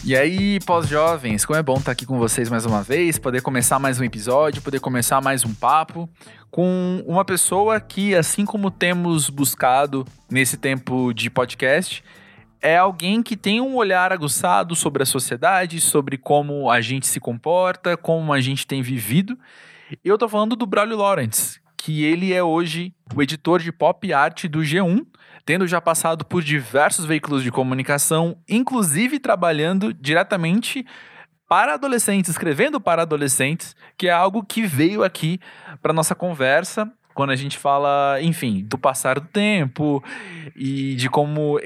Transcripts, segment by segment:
E aí, pós-jovens, como é bom estar aqui com vocês mais uma vez, poder começar mais um episódio, poder começar mais um papo com uma pessoa que, assim como temos buscado nesse tempo de podcast, é alguém que tem um olhar aguçado sobre a sociedade, sobre como a gente se comporta, como a gente tem vivido. Eu tô falando do Braulio Lawrence, que ele é hoje o editor de pop art do G1, tendo já passado por diversos veículos de comunicação, inclusive trabalhando diretamente para adolescentes, escrevendo para adolescentes, que é algo que veio aqui para nossa conversa, quando a gente fala, enfim, do passar do tempo e de como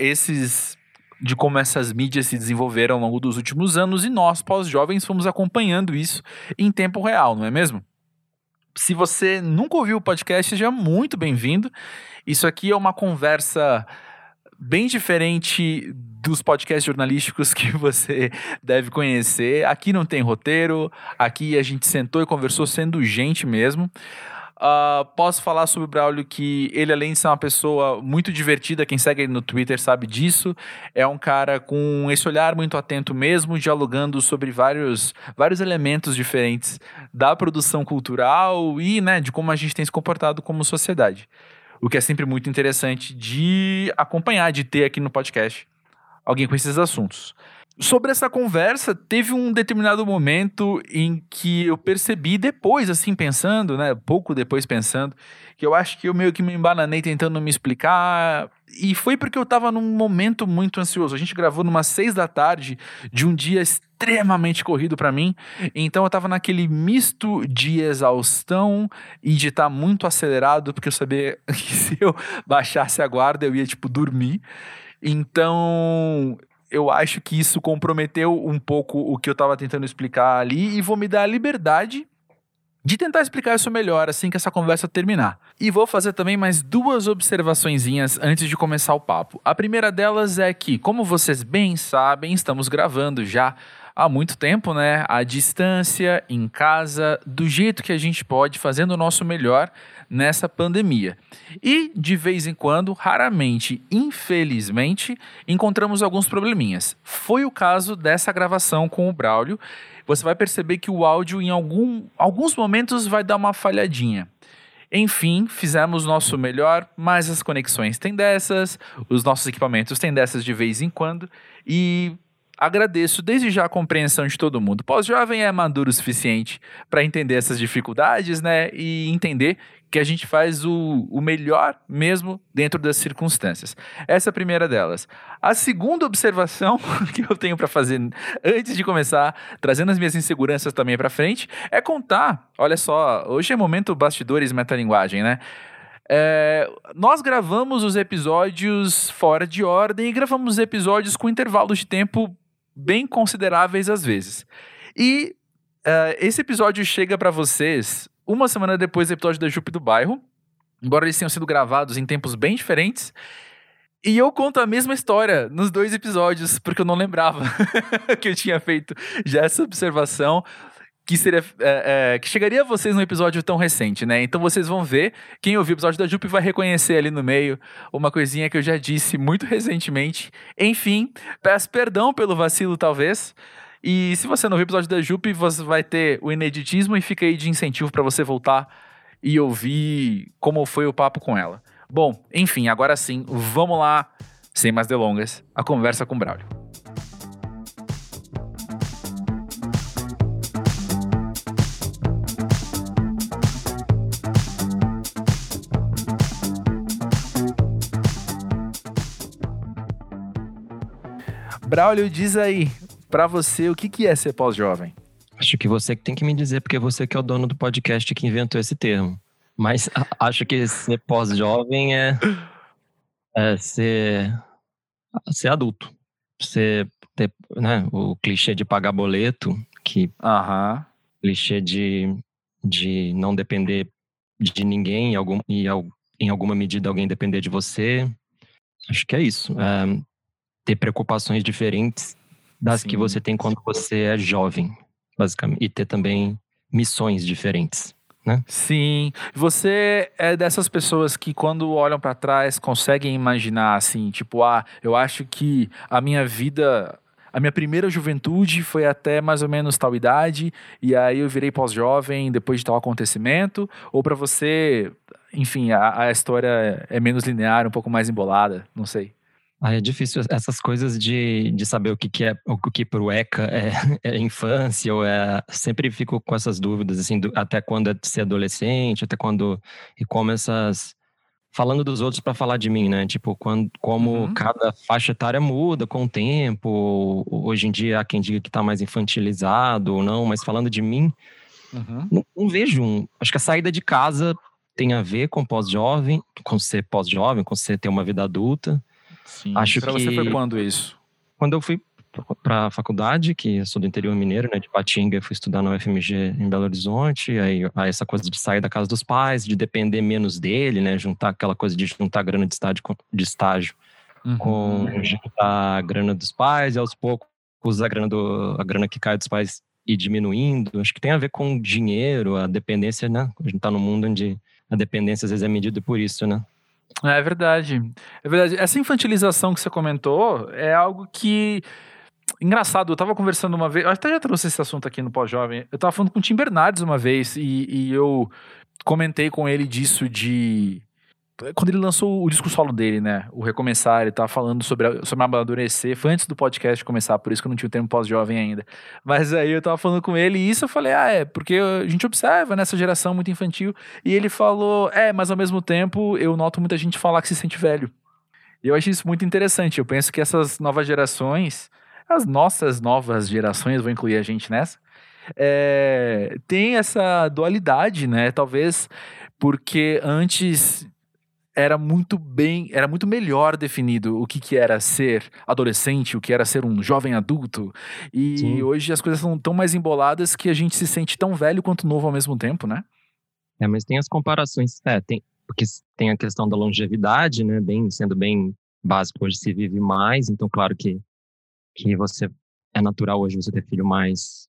essas mídias se desenvolveram ao longo dos últimos anos e nós, pós-jovens, fomos acompanhando isso em tempo real, não é mesmo? Se você nunca ouviu o podcast, seja muito bem-vindo. Isso aqui é uma conversa bem diferente dos podcasts jornalísticos que você deve conhecer. Aqui não tem roteiro, aqui a gente sentou e conversou sendo gente mesmo. Posso falar sobre o Braulio que ele, além de ser uma pessoa muito divertida, quem segue ele no Twitter sabe disso, é um cara com esse olhar muito atento mesmo, dialogando sobre vários elementos diferentes da produção cultural e, né, de como a gente tem se comportado como sociedade. O que é sempre muito interessante de acompanhar, de ter aqui no podcast alguém com esses assuntos. Sobre essa conversa, teve um determinado momento em que eu percebi depois, assim, pensando, né, pouco depois pensando, que eu acho que eu meio que me embananei tentando me explicar, e foi porque eu tava num momento muito ansioso. A gente gravou numas 6 da tarde de um dia extremamente corrido pra mim, então eu tava naquele misto de exaustão e de estar muito acelerado, porque eu sabia que se eu baixasse a guarda eu ia, dormir. Então, eu acho que isso comprometeu um pouco o que eu estava tentando explicar ali e vou me dar a liberdade de tentar explicar isso melhor assim que essa conversa terminar. E vou fazer também mais 2 observaçõezinhas antes de começar o papo. A primeira delas é que, como vocês bem sabem, estamos gravando já há muito tempo, né? À distância, em casa, do jeito que a gente pode, fazendo o nosso melhor nessa pandemia. E, de vez em quando, raramente, infelizmente, encontramos alguns probleminhas. Foi o caso dessa gravação com o Braulio. Você vai perceber que o áudio, em alguns momentos, vai dar uma falhadinha. Enfim, fizemos nosso melhor, mas as conexões têm dessas, os nossos equipamentos têm dessas de vez em quando, e agradeço desde já a compreensão de todo mundo. Pós-jovem é maduro o suficiente para entender essas dificuldades, né? E entender que a gente faz o melhor mesmo dentro das circunstâncias. Essa é a primeira delas. A segunda observação que eu tenho para fazer antes de começar, trazendo as minhas inseguranças também para frente, é contar. Olha só, hoje é momento bastidores metalinguagem, né? Nós gravamos os episódios fora de ordem e gravamos os episódios com intervalos de tempo bem consideráveis às vezes. E esse episódio chega para vocês uma semana depois do episódio da Jupe do Bairro, embora eles tenham sido gravados em tempos bem diferentes. E eu conto a mesma história nos 2 episódios, porque eu não lembrava que eu tinha feito já essa observação, que seria que chegaria a vocês num episódio tão recente, né? Então vocês vão ver, quem ouviu o episódio da Jupe vai reconhecer ali no meio uma coisinha que eu já disse muito recentemente. Enfim, peço perdão pelo vacilo, talvez. E se você não viu o episódio da Jupe, você vai ter o ineditismo e fica aí de incentivo para você voltar e ouvir como foi o papo com ela. Bom, enfim, agora sim, vamos lá, sem mais delongas, a conversa com o Braulio. Braulio, diz aí, pra você, o que é ser pós-jovem? Acho que você que tem que me dizer, porque você que é o dono do podcast que inventou esse termo. Mas acho que ser pós-jovem é ser adulto. Você ter, né, o clichê de pagar boleto, clichê de não depender de ninguém em alguma medida alguém depender de você. Acho que é isso. Ter preocupações diferentes das que você tem quando você é jovem, basicamente. E ter também missões diferentes, né? Sim. Você é dessas pessoas que quando olham pra trás conseguem imaginar assim, eu acho que a minha vida a minha primeira juventude foi até mais ou menos tal idade, e aí eu virei pós-jovem depois de tal acontecimento, ou para você, enfim, a história é menos linear, um pouco mais embolada, não sei. É difícil essas coisas de saber o que é, o que pro ECA é infância, ou sempre fico com essas dúvidas, assim, até quando é ser adolescente, até quando, e como essas, falando dos outros para falar de mim, né, tipo, como cada faixa etária muda com o tempo, hoje em dia há quem diga que tá mais infantilizado ou não, mas falando de mim, não vejo acho que a saída de casa tem a ver com pós-jovem, com ser pós-jovem, com você ter uma vida adulta. Sim. Acho pra você foi quando isso? Quando eu fui para a faculdade, que eu sou do interior mineiro, né, de Patinga, fui estudar na UFMG em Belo Horizonte, aí essa coisa de sair da casa dos pais, de depender menos dele, né, juntar aquela coisa de juntar grana de estágio com juntar a grana dos pais, e aos poucos a grana que cai dos pais ir diminuindo. Acho que tem a ver com dinheiro, a dependência, né, a gente tá num mundo onde a dependência às vezes é medida por isso, né. É verdade. É verdade. Essa infantilização que você comentou é algo que... Engraçado, eu tava conversando uma vez... Eu até já trouxe esse assunto aqui no Pós-Jovem. Eu tava falando com o Tim Bernardes uma vez e eu comentei com ele disso de... Quando ele lançou o disco solo dele, né? O Recomeçar, ele tava falando sobre amadurecer. Foi antes do podcast começar, por isso que eu não tinha o termo pós-jovem ainda. Mas aí eu tava falando com ele e isso eu falei, porque a gente observa nessa geração muito infantil. E ele falou, mas ao mesmo tempo eu noto muita gente falar que se sente velho. E eu acho isso muito interessante. Eu penso que essas novas gerações, as nossas novas gerações, vou incluir a gente nessa, tem essa dualidade, né? Talvez porque antes era muito melhor definido o que era ser adolescente, o que era ser um jovem adulto. E Sim. Hoje as coisas são tão mais emboladas que a gente se sente tão velho quanto novo ao mesmo tempo, né? Mas tem as comparações, porque tem a questão da longevidade, né? Sendo bem básico, hoje se vive mais, então claro que você, é natural hoje você ter filho mais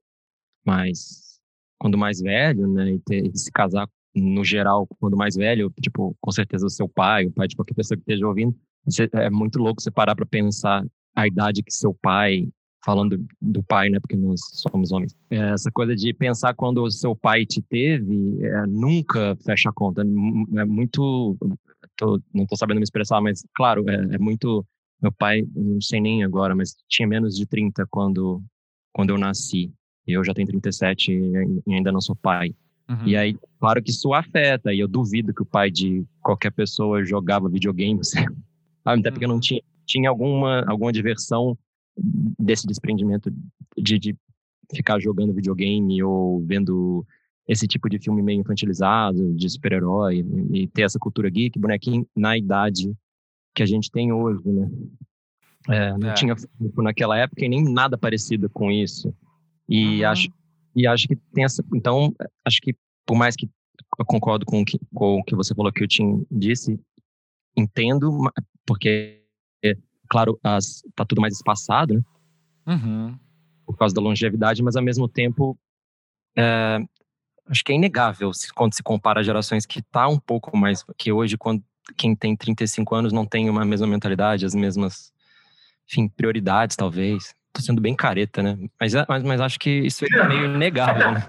quando mais velho, né? E se casar no geral, quando mais velho, tipo, com certeza o seu pai, o pai de qualquer pessoa que esteja ouvindo, é muito louco você parar para pensar a idade que seu pai, falando do pai, né, porque nós somos homens, essa coisa de pensar quando o seu pai te teve, nunca fecha a conta, é muito, não tô sabendo me expressar, mas claro, é muito, meu pai, não sei nem agora, mas tinha menos de 30 quando eu nasci, eu já tenho 37 e ainda não sou pai. E aí, claro que isso afeta, e eu duvido que o pai de qualquer pessoa jogava videogame, até porque eu não tinha alguma diversão desse desprendimento de ficar jogando videogame ou vendo esse tipo de filme meio infantilizado, de super-herói, e ter essa cultura geek, bonequinho, na idade que a gente tem hoje, né? Não tinha naquela época e nem nada parecido com isso. E acho que tem essa... Então, acho que por mais que eu concordo com o que você falou, que o Tim disse, entendo, porque, claro, tá tudo mais espaçado, né? Por causa da longevidade, mas ao mesmo tempo, acho que é inegável quando se compara a gerações que tá um pouco mais... Que hoje, quem tem 35 anos não tem uma mesma mentalidade, as mesmas, enfim, prioridades, talvez. Tô sendo bem careta, né? Mas acho que isso é meio inegável, né?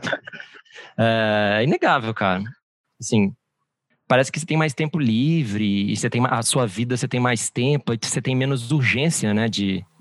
É inegável, cara. Assim, parece que você tem mais tempo livre, e a sua vida você tem mais tempo, e você tem menos urgência, né?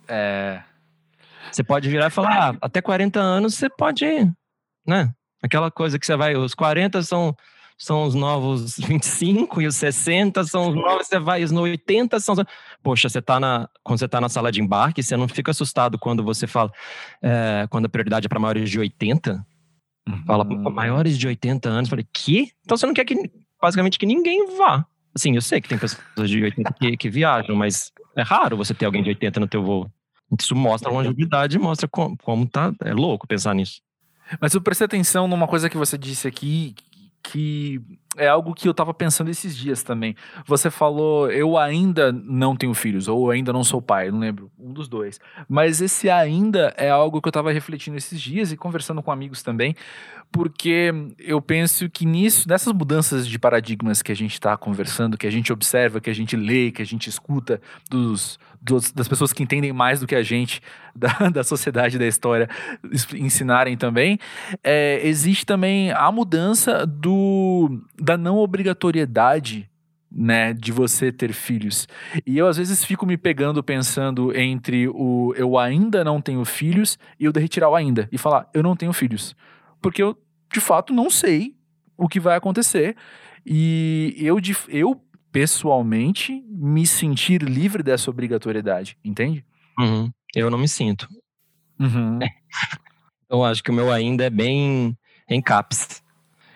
Você pode virar e falar, até 40 anos você pode ir, né? Aquela coisa que você vai, os 40 são os novos 25, e os 60 são os novos, você vai, os 80 são... Poxa, quando você tá na sala de embarque, você não fica assustado quando você fala, quando a prioridade é para maiores de 80? Fala, maiores de 80 anos. Falei, que? Então você não quer basicamente que ninguém vá. Assim, eu sei que tem pessoas de 80 que viajam, mas é raro você ter alguém de 80 no teu voo. Isso mostra a longevidade, mostra como tá. É louco pensar nisso. Mas eu prestei atenção numa coisa que você disse aqui, que é algo que eu tava pensando esses dias também. Você falou, eu ainda não tenho filhos, ou ainda não sou pai, não lembro um dos dois. Mas esse ainda é algo que eu tava refletindo esses dias e conversando com amigos também, porque eu penso que nessas mudanças de paradigmas que a gente tá conversando, que a gente observa, que a gente lê, que a gente escuta das pessoas que entendem mais do que a gente, da sociedade, da história, ensinarem também, existe também a mudança da não obrigatoriedade, né, de você ter filhos. E eu às vezes fico me pegando pensando entre o eu ainda não tenho filhos e o de retirar o ainda e falar eu não tenho filhos. Porque eu, de fato, não sei o que vai acontecer. E eu pessoalmente, me sentir livre dessa obrigatoriedade, entende? Uhum. Eu não me sinto. Uhum. Eu acho que o meu ainda é bem em caps.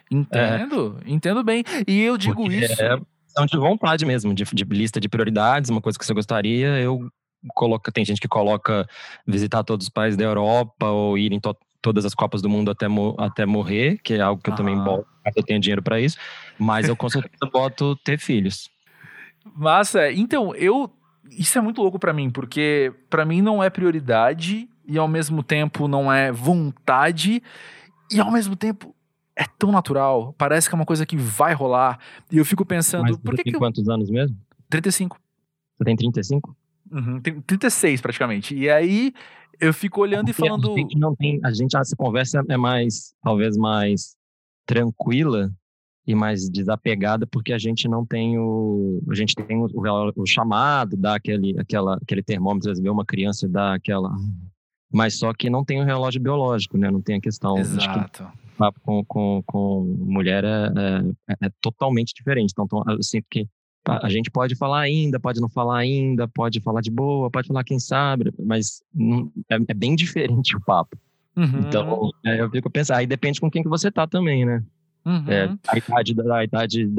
Entendo bem. E eu digo isso... É questão de vontade mesmo, de lista de prioridades, uma coisa que você gostaria, tem gente que coloca visitar todos os países da Europa ou ir em todas as Copas do Mundo até morrer, que é algo que eu também boto, eu tenho dinheiro para isso, mas eu com certeza boto ter filhos. Massa, então, isso é muito louco pra mim, porque pra mim não é prioridade e ao mesmo tempo não é vontade e ao mesmo tempo é tão natural, parece que é uma coisa que vai rolar e eu fico pensando... Mas você tem quantos anos mesmo? 35. Você tem 35? Uhum, tem 36 praticamente, e aí eu fico olhando e falando... Essa conversa é talvez mais tranquila e mais desapegada, porque a gente tem o chamado, dá aquele termômetro, às vezes uma criança dá aquela... Mas só que não tem o relógio biológico, né? Não tem a questão... Exato. Acho que o papo com mulher é totalmente diferente. Então, eu sinto que a gente pode falar ainda, pode não falar ainda, pode falar de boa, pode falar quem sabe, mas é bem diferente o papo. Uhum. Então, eu fico pensando, aí depende com quem que você tá também, né? Uhum. A idade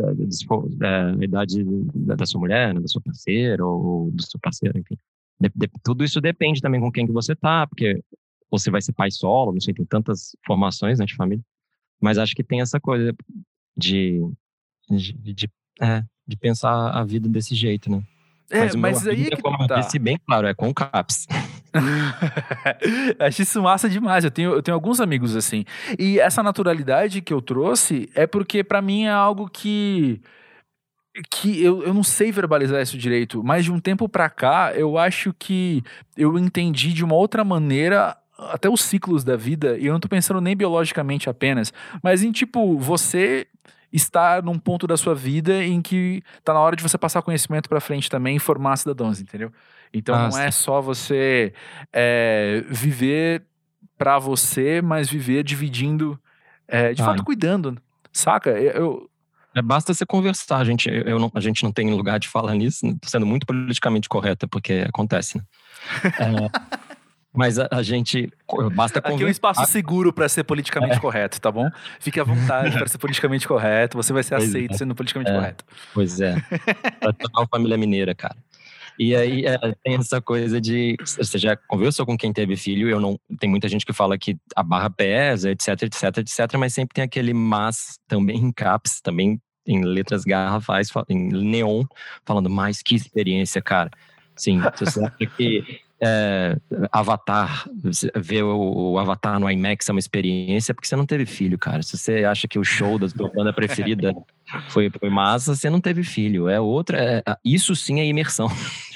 da sua mulher, né, da sua parceira ou do seu parceiro, enfim. Tudo isso depende também com quem que você tá, porque você vai ser pai solo, não sei, tem tantas formações, né, de família. Mas acho que tem essa coisa de pensar a vida desse jeito, né? Mas aí é que como eu disse bem claro, é com caps. Acho isso massa demais. Eu tenho alguns amigos assim. E essa naturalidade que eu trouxe é porque pra mim é algo que eu não sei verbalizar isso direito, mas de um tempo pra cá eu acho que eu entendi de uma outra maneira até os ciclos da vida, e eu não tô pensando nem biologicamente apenas, mas em tipo, você está num ponto da sua vida em que tá na hora de você passar conhecimento pra frente também e formar cidadãos, entendeu? Então não é só você viver pra você, mas viver dividindo, de fato cuidando, saca? Basta você conversar, a gente não tem lugar de falar nisso, tô sendo muito politicamente correta, porque acontece, né? Mas a gente, basta conversar. Aqui é um espaço seguro para ser politicamente correto, tá bom? Fique à vontade para ser politicamente correto, você vai ser aceito sendo politicamente correto. Pois é, pra tocar uma família mineira, cara. E aí tem essa coisa de... Você já conversou com quem teve filho, tem muita gente que fala que a barra pesa, etc, etc, etc, mas sempre tem aquele mas, também em caps, também em letras garrafais, em neon, falando, mas que experiência, cara. Sim, você acha que Avatar, ver o Avatar no IMAX é uma experiência porque você não teve filho, cara. Se você acha que o show da sua banda preferida foi massa, você não teve filho. Isso sim é imersão.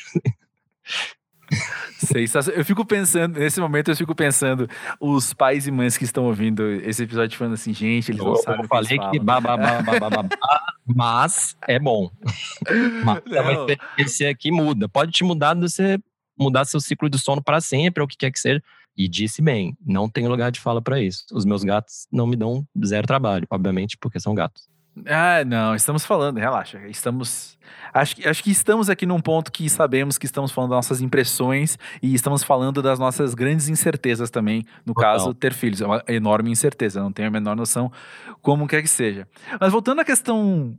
Eu fico pensando, nesse momento eu fico pensando, os pais e mães que estão ouvindo esse episódio falando assim, gente, eles não sabem o que eles falam. Eu falei que mas é bom. Mas é uma experiência que muda. Pode te mudar de você mudar seu ciclo de sono para sempre, ou o que quer que seja. E disse bem, não tenho lugar de fala para isso. Os meus gatos não me dão zero trabalho, obviamente, porque são gatos. Não, estamos falando, relaxa. Acho que estamos aqui num ponto que sabemos que estamos falando das nossas impressões e estamos falando das nossas grandes incertezas também. No caso, ter filhos. É uma enorme incerteza, não tenho a menor noção como quer que seja. Mas voltando à questão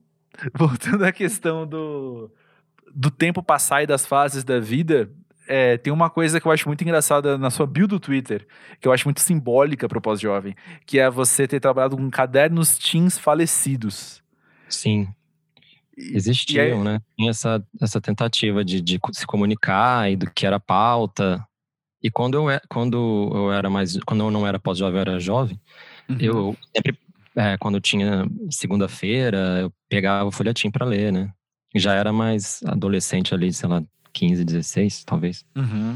do tempo passar e das fases da vida, tem uma coisa que eu acho muito engraçada na sua bio do Twitter, que eu acho muito simbólica para o pós-jovem, que é você ter trabalhado com cadernos teens falecidos. Sim. Existiam, né? Tinha essa tentativa de se comunicar e do que era pauta. E quando eu não era pós-jovem, eu era jovem, eu sempre, quando tinha segunda-feira, eu pegava o folhetim para ler, né? Já era mais adolescente ali, sei lá, 15, 16, talvez.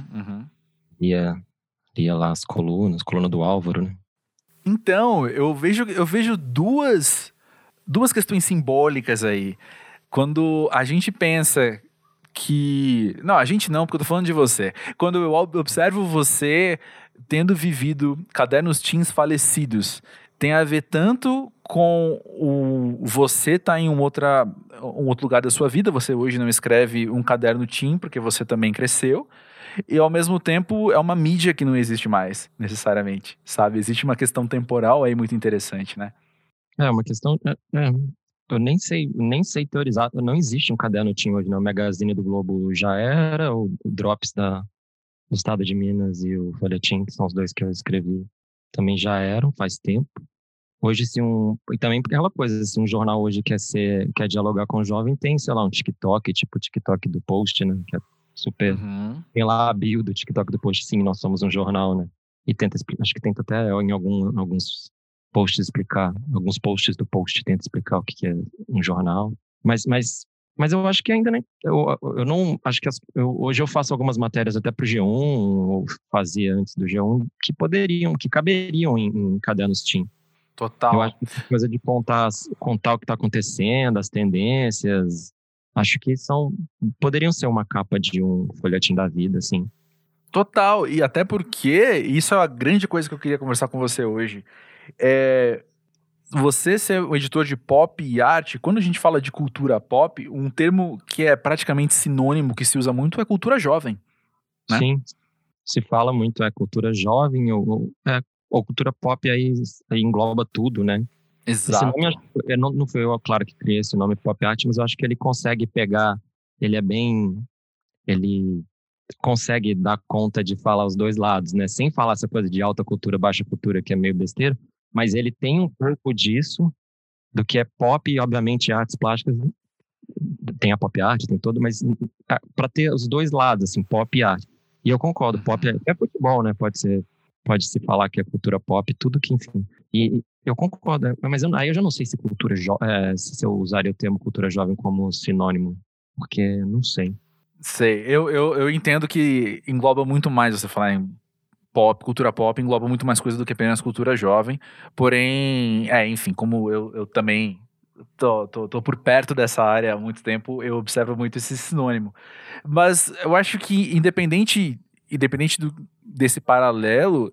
Lia lá as colunas, coluna do Álvaro, né? Então, eu vejo duas questões simbólicas aí. Quando a gente pensa que... Não, a gente não, porque eu tô falando de você. Quando eu observo você tendo vivido cadernos teens falecidos, tem a ver tanto com você tá em um outro lugar da sua vida, você hoje não escreve um caderno teen, porque você também cresceu, e ao mesmo tempo é uma mídia que não existe mais, necessariamente, sabe? Existe uma questão temporal aí muito interessante, né? É uma questão... eu nem sei teorizar. Não existe um caderno teen hoje, não. O Magazine do Globo já era, o Drops do Estado de Minas e o Folhetim, que são os dois que eu escrevi, também já eram, faz tempo. Hoje, e também aquela coisa, se um jornal hoje quer dialogar com o jovem, tem, sei lá, um TikTok, tipo o TikTok do Post, né? Que é super... Tem lá a bio do TikTok do Post, sim, nós somos um jornal, né? E acho que tenta até em alguns posts explicar, alguns posts do Post tenta explicar o que é um jornal. Mas eu acho que ainda, né? Eu não... Acho que hoje eu faço algumas matérias até pro G1, ou fazia antes do G1, que caberiam em cadernos teen. Total. Eu acho que essa coisa de contar o que está acontecendo, as tendências, acho que poderiam ser uma capa de um folhetim da vida, assim. Total, e até porque isso é a grande coisa que eu queria conversar com você hoje. Você ser um editor de pop e arte, quando a gente fala de cultura pop, um termo que é praticamente sinônimo, que se usa muito, é cultura jovem, né? Sim, se fala muito, cultura jovem ou cultura pop, aí engloba tudo, né? Exato. Esse nome, não foi eu, claro, que criei esse nome pop art, mas eu acho que ele consegue pegar, ele consegue dar conta de falar os dois lados, né? Sem falar essa coisa de alta cultura, baixa cultura, que é meio besteira, mas ele tem um pouco disso, do que é pop e, obviamente, artes plásticas. Tem a pop art, tem todo, mas para ter os dois lados, assim, pop e arte. E eu concordo, pop é futebol, né? Pode-se falar que é cultura pop, tudo que, enfim. E eu concordo, mas aí eu já não sei se se eu usaria o termo cultura jovem como sinônimo, porque não sei. Sei, eu entendo que engloba muito mais você falar em pop, cultura pop, engloba muito mais coisa do que apenas cultura jovem, porém, enfim, como eu também tô por perto dessa área há muito tempo, eu observo muito esse sinônimo. Mas eu acho que independente desse paralelo,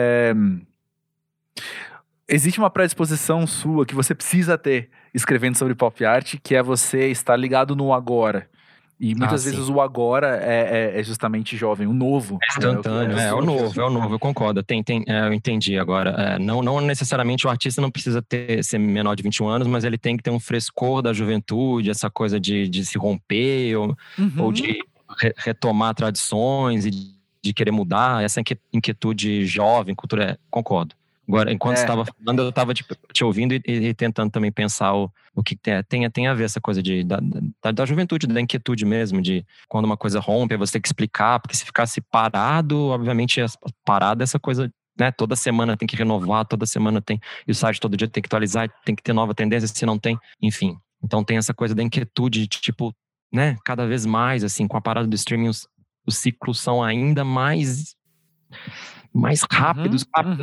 existe uma predisposição sua que você precisa ter escrevendo sobre pop art, que é você estar ligado no agora. E muitas vezes o agora é justamente jovem, o novo. É instantâneo, o novo, eu concordo. Eu entendi agora. Não necessariamente o artista não precisa ser menor de 21 anos, mas ele tem que ter um frescor da juventude, essa coisa de se romper ou de retomar tradições e de querer mudar, essa inquietude jovem, cultura, concordo. Agora, enquanto você estava falando, eu estava te ouvindo e tentando também pensar o que tem a ver essa coisa da juventude, da inquietude mesmo, de quando uma coisa rompe, você tem que explicar, porque se ficasse parado, obviamente, parado essa coisa, né? Toda semana tem que renovar, toda semana tem, e o site todo dia tem que atualizar, tem que ter nova tendência, se não tem, enfim. Então tem essa coisa da inquietude, tipo, né? Cada vez mais, assim, com a parada do streaming, os ciclos são ainda mais rápidos.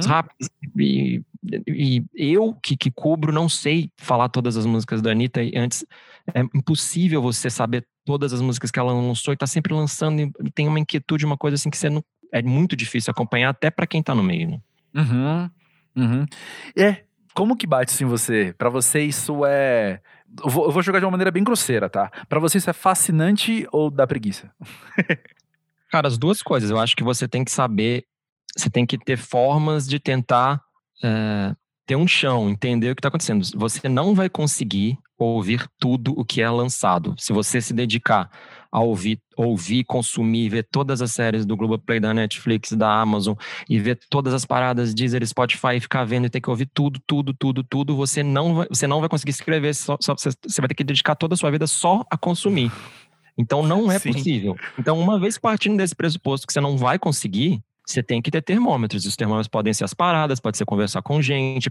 E eu que cubro, não sei falar todas as músicas da Anitta, e antes é impossível você saber todas as músicas que ela lançou e tá sempre lançando, e tem uma inquietude, uma coisa assim que é muito difícil acompanhar, até para quem tá no meio, né? Como que bate isso em você? Pra você isso é... Eu vou jogar de uma maneira bem grosseira, tá? Pra você isso é fascinante ou dá preguiça? Cara, as duas coisas. Eu acho que você tem que saber, você tem que ter formas de tentar ter um chão, entender o que está acontecendo. Você não vai conseguir ouvir tudo o que é lançado. Se você se dedicar a ouvir, consumir, ver todas as séries do Globoplay, da Netflix, da Amazon, e ver todas as paradas Deezer, Spotify, e ficar vendo e ter que ouvir tudo, você não vai conseguir escrever, você vai ter que dedicar toda a sua vida só a consumir. Então não é possível. Então, uma vez partindo desse pressuposto que você não vai conseguir, você tem que ter termômetros. Os termômetros podem ser as paradas, pode ser conversar com gente,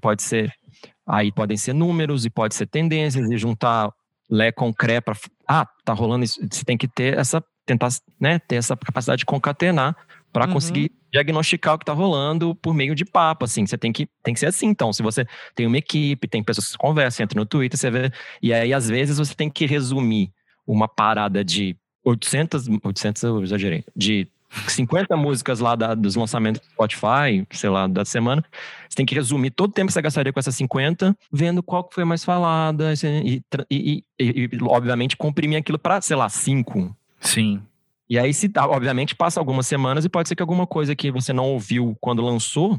aí podem ser números e pode ser tendências, e juntar Lé com Cré para... tá rolando isso. Você tem que ter tentar, né, ter essa capacidade de concatenar para conseguir diagnosticar o que tá rolando por meio de papo, assim. Você tem que ser assim, então. Se você tem uma equipe, tem pessoas que conversam, entra no Twitter, você vê... E aí, às vezes, você tem que resumir uma parada de 800 eu exagerei, de 50 músicas lá dos lançamentos do Spotify, sei lá, da semana. Você tem que resumir todo o tempo que você gastaria com essas 50, vendo qual que foi mais falada e obviamente, comprimir aquilo para, sei lá, 5. Sim. E aí, obviamente, passa algumas semanas e pode ser que alguma coisa que você não ouviu quando lançou,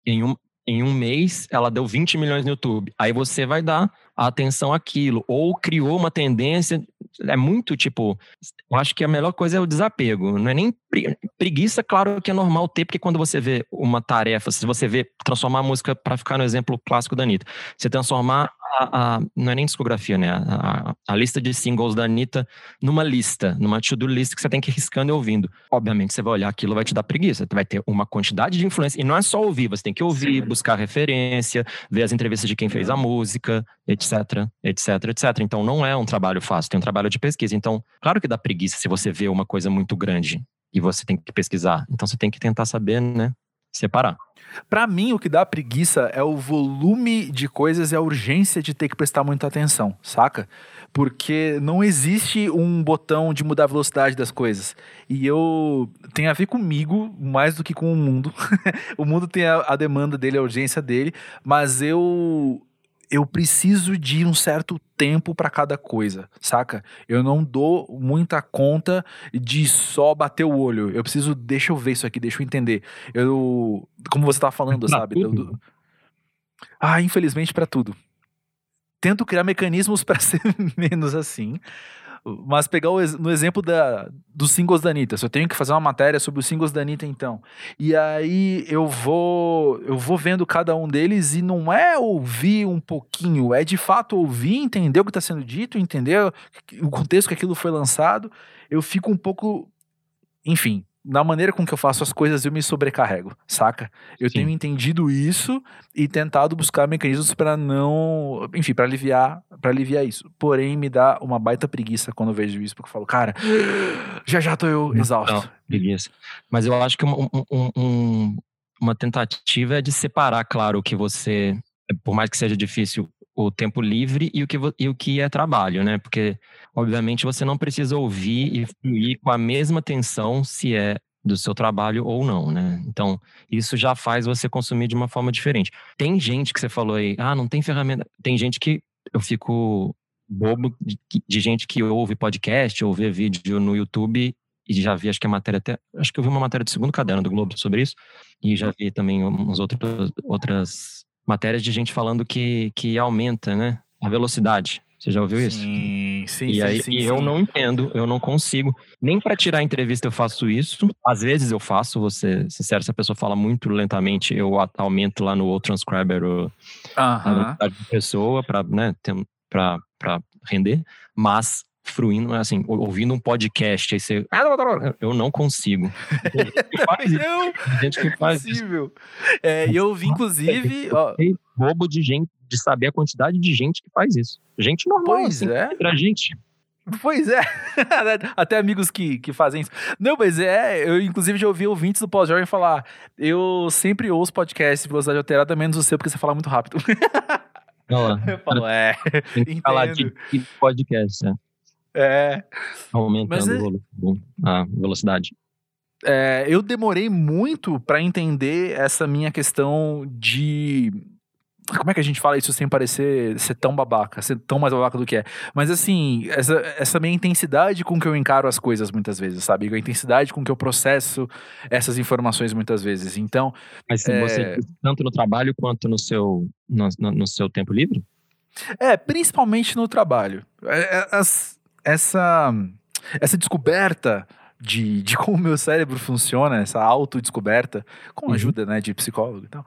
em um mês, ela deu 20 milhões no YouTube. Aí você vai dar atenção àquilo. Ou criou uma tendência. É muito tipo... Eu acho que a melhor coisa é o desapego. Não é nem preguiça, claro que é normal ter, porque quando você vê uma tarefa, se você vê transformar a música, para ficar no exemplo clássico da Anitta, você transformar não é nem discografia, né? A lista de singles da Anitta numa lista, numa to-do list que você tem que ir riscando e ouvindo. Obviamente, você vai olhar aquilo, vai te dar preguiça. Vai ter uma quantidade de influência. E não é só ouvir, você tem que ouvir, buscar referência, ver as entrevistas de quem fez a música, etc. Então, não é um trabalho fácil, tem um trabalho de pesquisa. Então, claro que dá preguiça se você vê uma coisa muito grande e você tem que pesquisar. Então, você tem que tentar saber, né? Separar. Pra mim, o que dá preguiça é o volume de coisas e a urgência de ter que prestar muita atenção, saca? Porque não existe um botão de mudar a velocidade das coisas. E tem a ver comigo mais do que com o mundo. O mundo tem a demanda dele, a urgência dele, mas eu preciso de um certo tempo pra cada coisa, saca? Eu não dou muita conta de só bater o olho. Eu preciso, deixa eu ver isso aqui, deixa eu entender. Como você tá falando, pra sabe? Tudo? Infelizmente pra tudo. Tento criar mecanismos pra ser menos assim. Mas pegar no exemplo dos singles da Anitta. Se eu tenho que fazer uma matéria sobre os singles da Anitta, então. E aí eu vou vendo cada um deles e não é ouvir um pouquinho, é de fato ouvir, entender o que está sendo dito, entender o contexto que aquilo foi lançado. Eu fico um pouco... Enfim, na maneira com que eu faço as coisas, eu me sobrecarrego, saca? Eu tenho entendido isso e tentado buscar mecanismos para não... Enfim, para aliviar isso. Porém, me dá uma baita preguiça quando eu vejo isso, porque eu falo, cara, já tô eu exausto. Não, preguiça. Mas eu acho que uma tentativa é de separar, claro, o que você... Por mais que seja difícil, o tempo livre e o que é trabalho, né? Porque, obviamente, você não precisa ouvir e fluir com a mesma atenção se é do seu trabalho ou não, né? Então, isso já faz você consumir de uma forma diferente. Tem gente que você falou aí, não tem ferramenta... Tem gente que eu fico bobo de gente que ouve podcast ou vê vídeo no YouTube e já vi, acho que eu vi uma matéria do Segundo Caderno do Globo sobre isso, e já vi também outras matérias de gente falando que aumenta, né, a velocidade. Você já ouviu isso? Sim. Eu não entendo, eu não consigo. Nem para tirar a entrevista eu faço isso. Às vezes eu faço, vou ser sincero, se a pessoa fala muito lentamente, eu aumento lá no transcriber a velocidade da pessoa para, né, para render. Mas fruindo, assim, ouvindo um podcast, aí você... Eu não consigo. Gente que faz isso. E eu vi, inclusive... Bobo de gente, de saber a quantidade de gente que faz isso. Gente normal, pra gente. Pois é. Até amigos que fazem isso. Não, mas eu inclusive já ouvi ouvintes do Pós-Jovem falar, eu sempre ouço podcast de velocidade alterada, menos o seu, porque você fala muito rápido. Não, eu falo, tem que falar de podcast, né? Aumentando a velocidade. Eu demorei muito pra entender essa minha questão de... Como é que a gente fala isso sem parecer ser tão babaca, ser tão mais babaca do que é? Mas assim, essa minha intensidade com que eu encaro as coisas muitas vezes, sabe? A intensidade com que eu processo essas informações muitas vezes. Então... Mas você, tanto no trabalho quanto no seu tempo livre? Principalmente no trabalho. essa descoberta de como o meu cérebro funciona, essa autodescoberta, com a ajuda, né, de psicólogo e tal,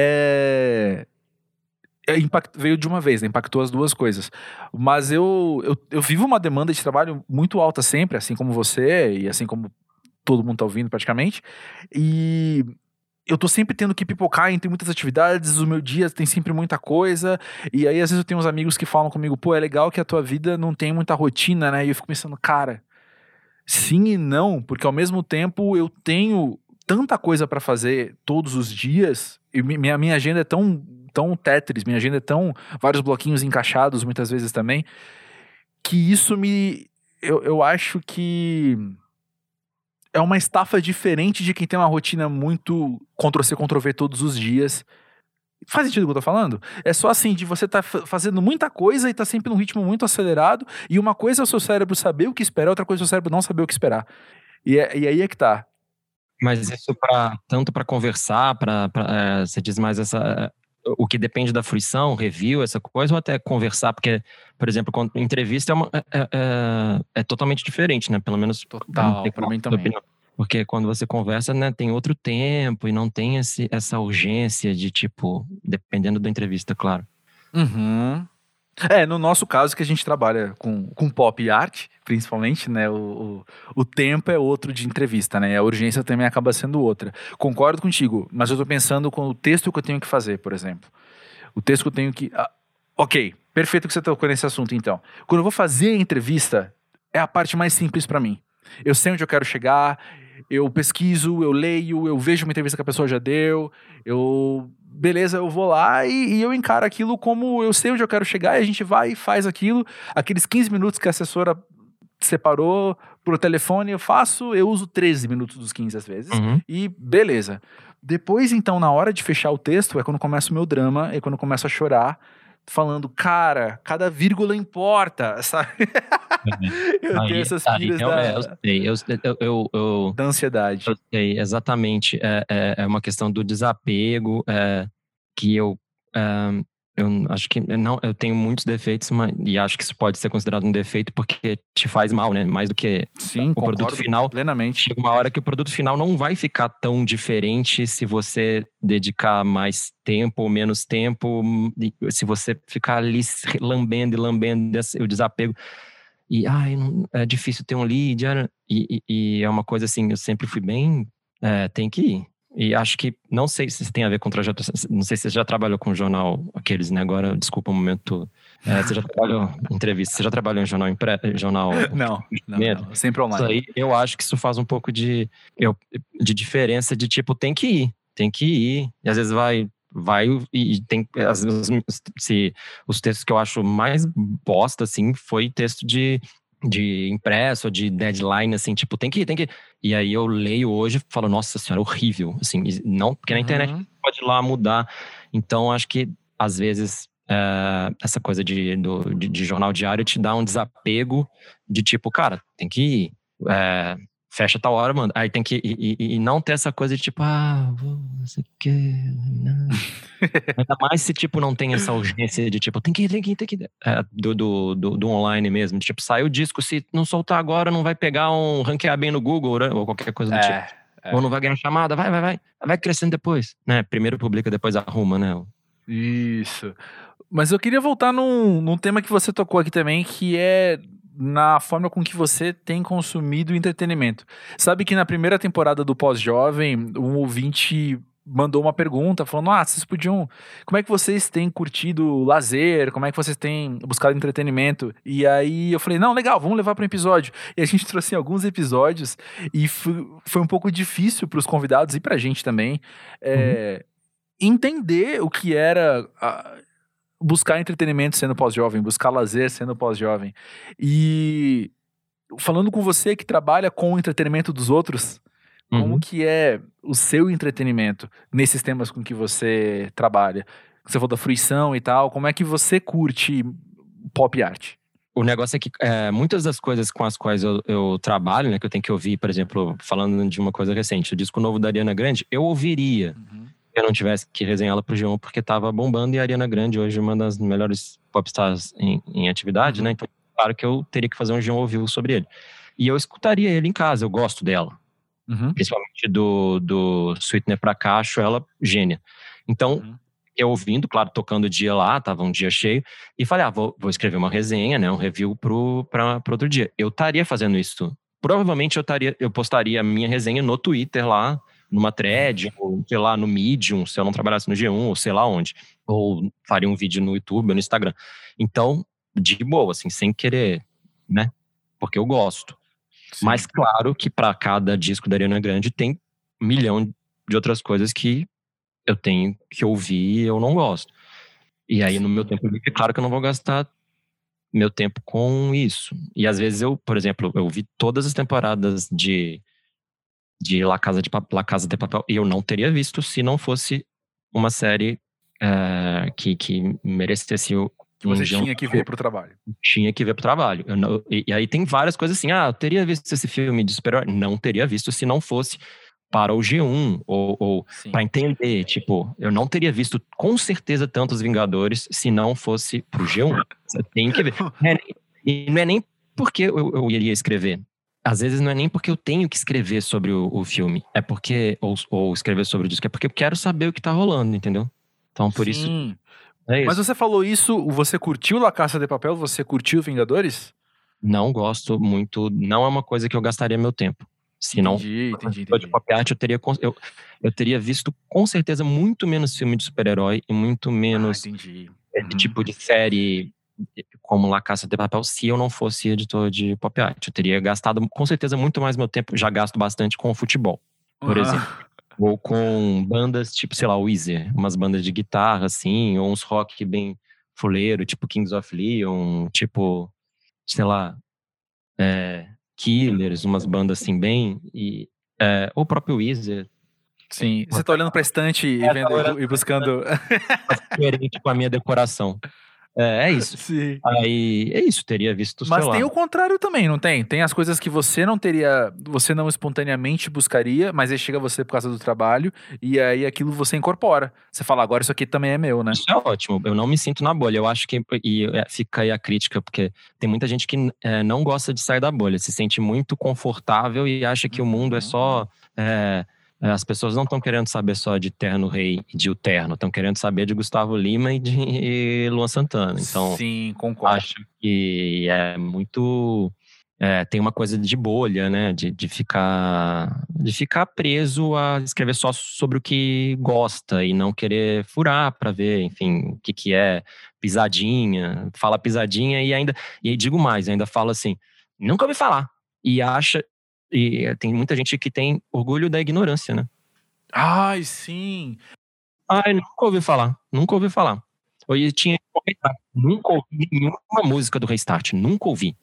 veio de uma vez, né? Impactou as duas coisas. Mas eu vivo uma demanda de trabalho muito alta sempre, assim como você e assim como todo mundo tá ouvindo praticamente. E eu tô sempre tendo que pipocar entre muitas atividades, o meu dia tem sempre muita coisa. E aí, às vezes, eu tenho uns amigos que falam comigo, pô, é legal que a tua vida não tem muita rotina, né? E eu fico pensando, cara, sim e não, porque ao mesmo tempo eu tenho tanta coisa pra fazer todos os dias, e minha agenda é tão Tetris, minha agenda é tão vários bloquinhos encaixados muitas vezes também, que isso eu acho que é uma estafa diferente de quem tem uma rotina muito Ctrl-C, Ctrl-V todos os dias. Faz sentido o que eu tô falando? É só assim, de você tá fazendo muita coisa e tá sempre num ritmo muito acelerado, e uma coisa é o seu cérebro saber o que esperar, outra coisa é o seu cérebro não saber o que esperar. E aí é que tá. Mas isso tanto para conversar, você diz mais o que depende da fruição, review, essa coisa, ou até conversar, porque, por exemplo, entrevista é totalmente diferente, né? Pelo menos total, para mim também. Opinião. Porque quando você conversa, né, tem outro tempo e não tem essa urgência de tipo, dependendo da entrevista, claro. Uhum. No nosso caso que a gente trabalha com pop art, principalmente, né, o tempo é outro de entrevista, né, a urgência também acaba sendo outra. Concordo contigo, mas eu tô pensando com o texto que eu tenho que fazer, por exemplo. O texto que eu tenho que... ok, perfeito que você tocou nesse assunto, então. Quando eu vou fazer a entrevista, é a parte mais simples pra mim. Eu sei onde eu quero chegar, eu pesquiso, eu leio, eu vejo uma entrevista que a pessoa já deu, beleza, eu vou lá e eu encaro aquilo como eu sei onde eu quero chegar e a gente vai e faz aquilo. Aqueles 15 minutos que a assessora separou pro telefone, eu uso 13 minutos dos 15 às vezes, e beleza. Depois, então, na hora de fechar o texto, é quando começa o meu drama, é quando eu começo a chorar, falando, cara, cada vírgula importa, sabe? Eu tenho essas pilhas da ansiedade. Eu sei, exatamente. É uma questão do desapego, que eu acho que eu tenho muitos defeitos, e acho que isso pode ser considerado um defeito porque te faz mal, né? Mais do que o produto final. Plenamente. Chega uma hora que o produto final não vai ficar tão diferente se você dedicar mais tempo ou menos tempo, se você ficar ali lambendo o desapego. E é difícil ter um lead, e é uma coisa assim, eu sempre fui bem, tem que ir. E acho que, não sei se tem a ver com trajeto, não sei se você já trabalhou com jornal, aqueles, né, agora, desculpa o momento, você já trabalhou em entrevista, você já trabalhou em jornal? Não, sempre online. Isso aí, eu acho que isso faz um pouco de diferença de tipo, tem que ir, e às vezes vai e tem, às vezes, os textos que eu acho mais bosta, assim, foi texto de impresso, de deadline, assim, tipo, tem que ir. E aí eu leio hoje e falo, nossa senhora, horrível, assim, não, porque na internet pode ir lá mudar. Então, acho que, às vezes, essa coisa de jornal diário te dá um desapego de tipo, cara, tem que ir, fecha tal hora, mano. Aí tem que e não ter essa coisa de tipo, você quer... Ainda mais se, tipo, não tem essa urgência de tipo, tem que ir. Do online mesmo. De, tipo, sai o disco, se não soltar agora, não vai pegar ranquear bem no Google, né? Ou qualquer coisa do tipo. Ou não vai ganhar chamada, vai crescendo depois, né? Primeiro publica, depois arruma, né? Isso. Mas eu queria voltar num tema que você tocou aqui também, que é na forma com que você tem consumido entretenimento. Sabe que na primeira temporada do Pós-Jovem, um ouvinte mandou uma pergunta falando, vocês podiam... Como é que vocês têm curtido lazer? Como é que vocês têm buscado entretenimento? E aí eu falei, não, legal, vamos levar para um episódio. E a gente trouxe alguns episódios e foi um pouco difícil para os convidados e pra gente também entender o que era... buscar entretenimento sendo pós-jovem, buscar lazer sendo pós-jovem. E falando com você que trabalha com o entretenimento dos outros, como que é o seu entretenimento nesses temas com que você trabalha? Você falou da fruição e tal, como é que você curte pop art? O negócio é que muitas das coisas com as quais eu trabalho, né, que eu tenho que ouvir, por exemplo, falando de uma coisa recente, o disco novo da Ariana Grande, eu ouviria se eu não tivesse que resenhá-la pro G1, porque tava bombando, e a Ariana Grande hoje é uma das melhores popstars em atividade, né? Então, claro que eu teria que fazer um G1 ao vivo sobre ele. E eu escutaria ele em casa, eu gosto dela. Principalmente do Sweetener pra cá, acho ela gênia. Então, eu ouvindo, claro, tocando o dia lá, tava um dia cheio, e falei, vou escrever uma resenha, né, um review pra outro dia. Eu estaria fazendo isso. Provavelmente eu postaria a minha resenha no Twitter lá, numa thread, ou sei lá, no Medium, se eu não trabalhasse no G1, ou sei lá onde. Ou faria um vídeo no YouTube ou no Instagram. Então, de boa, assim, sem querer, né, porque eu gosto. Sim. Mas claro que para cada disco da Ariana Grande tem 1 milhão de outras coisas que eu tenho que ouvir e eu não gosto. E aí no meu tempo livre, é claro que eu não vou gastar meu tempo com isso. E às vezes eu, por exemplo, eu vi todas as temporadas de La Casa de Papel e eu não teria visto se não fosse uma série que merecesse que você tinha que ver pro trabalho. Tinha que ver pro trabalho. E aí tem várias coisas assim, eu teria visto esse filme de super-herói? Não teria visto se não fosse para o G1, ou para entender, tipo, eu não teria visto com certeza tantos Vingadores se não fosse pro G1. Você tem que ver. E não é nem porque eu iria escrever. Às vezes não é nem porque eu tenho que escrever sobre o filme, é porque, ou escrever sobre o disco, é porque eu quero saber o que tá rolando, entendeu? Então, por isso... Mas você falou isso, você curtiu La Casa de Papel? Você curtiu Vingadores? Não gosto muito, não é uma coisa que eu gastaria meu tempo. Se entendi. De pop art, eu teria visto com certeza muito menos filme de super-herói e muito menos tipo de série como La Casa de Papel se eu não fosse editor de pop art. Eu teria gastado com certeza muito mais meu tempo, já gasto bastante com futebol, por exemplo. Ou com bandas tipo, sei lá, Weezer, umas bandas de guitarra, assim, ou uns rock bem fuleiro, tipo Kings of Leon, tipo, sei lá, Killers, umas bandas assim bem, ou o próprio Weezer. Sim, você tá olhando pra estante e buscando... Diferente com a minha decoração. É isso. Sim. Aí, é isso, teria visto, Mas sei tem lá. o contrário também, não tem? Tem as coisas que você não espontaneamente buscaria, mas aí chega você por causa do trabalho, e aí aquilo você incorpora. Você fala, agora isso aqui também é meu, né? Isso é ótimo, eu não me sinto na bolha. Eu acho que, fica aí a crítica, porque tem muita gente que não gosta de sair da bolha, se sente muito confortável e acha que o mundo é só... as pessoas não estão querendo saber só de Terno Rei e de O Terno, estão querendo saber de Gustavo Lima e de Luan Santana. Então, sim, concordo. Acho que é muito... tem uma coisa de bolha, né? De ficar preso a escrever só sobre o que gosta e não querer furar para ver, enfim, o que é pisadinha. Fala pisadinha e ainda... E digo mais, ainda fala assim, nunca ouvi falar. E acha... E tem muita gente que tem orgulho da ignorância, né? Ai, sim. Ai, nunca ouvi falar. Hoje tinha nunca ouvi nenhuma música do Restart, nunca ouvi.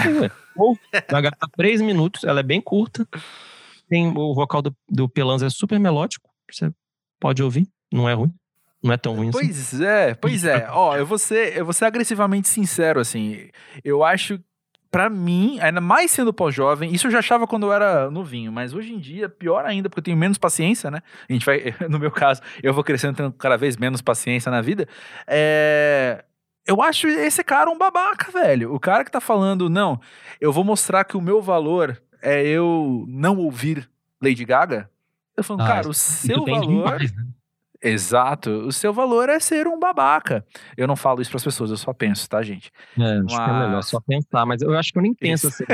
Vai gastar 3 minutos, ela é bem curta. Tem o vocal do Pelanza é super melódico, você pode ouvir, não é ruim. Não é tão ruim assim. Pois é. Ó, eu vou ser agressivamente sincero, assim. Eu acho, pra mim, ainda mais sendo pós-jovem, isso eu já achava quando eu era novinho, mas hoje em dia, pior ainda, porque eu tenho menos paciência, né? A gente vai, no meu caso, eu vou crescendo tendo cada vez menos paciência na vida. Eu acho esse cara um babaca, velho. O cara que tá falando, não, eu vou mostrar que o meu valor é eu não ouvir Lady Gaga. Eu falo, cara, o seu valor... Demais, né? Exato, o seu valor é ser um babaca. Eu não falo isso pras pessoas, eu só penso, tá, gente? Acho que é melhor só pensar, mas eu acho que eu nem penso assim.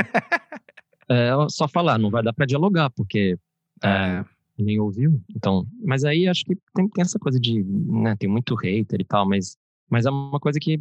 Só falar, não vai dar pra dialogar, porque nem ouviu. Então, mas aí acho que tem essa coisa de, né, tem muito hater e tal, mas é uma coisa que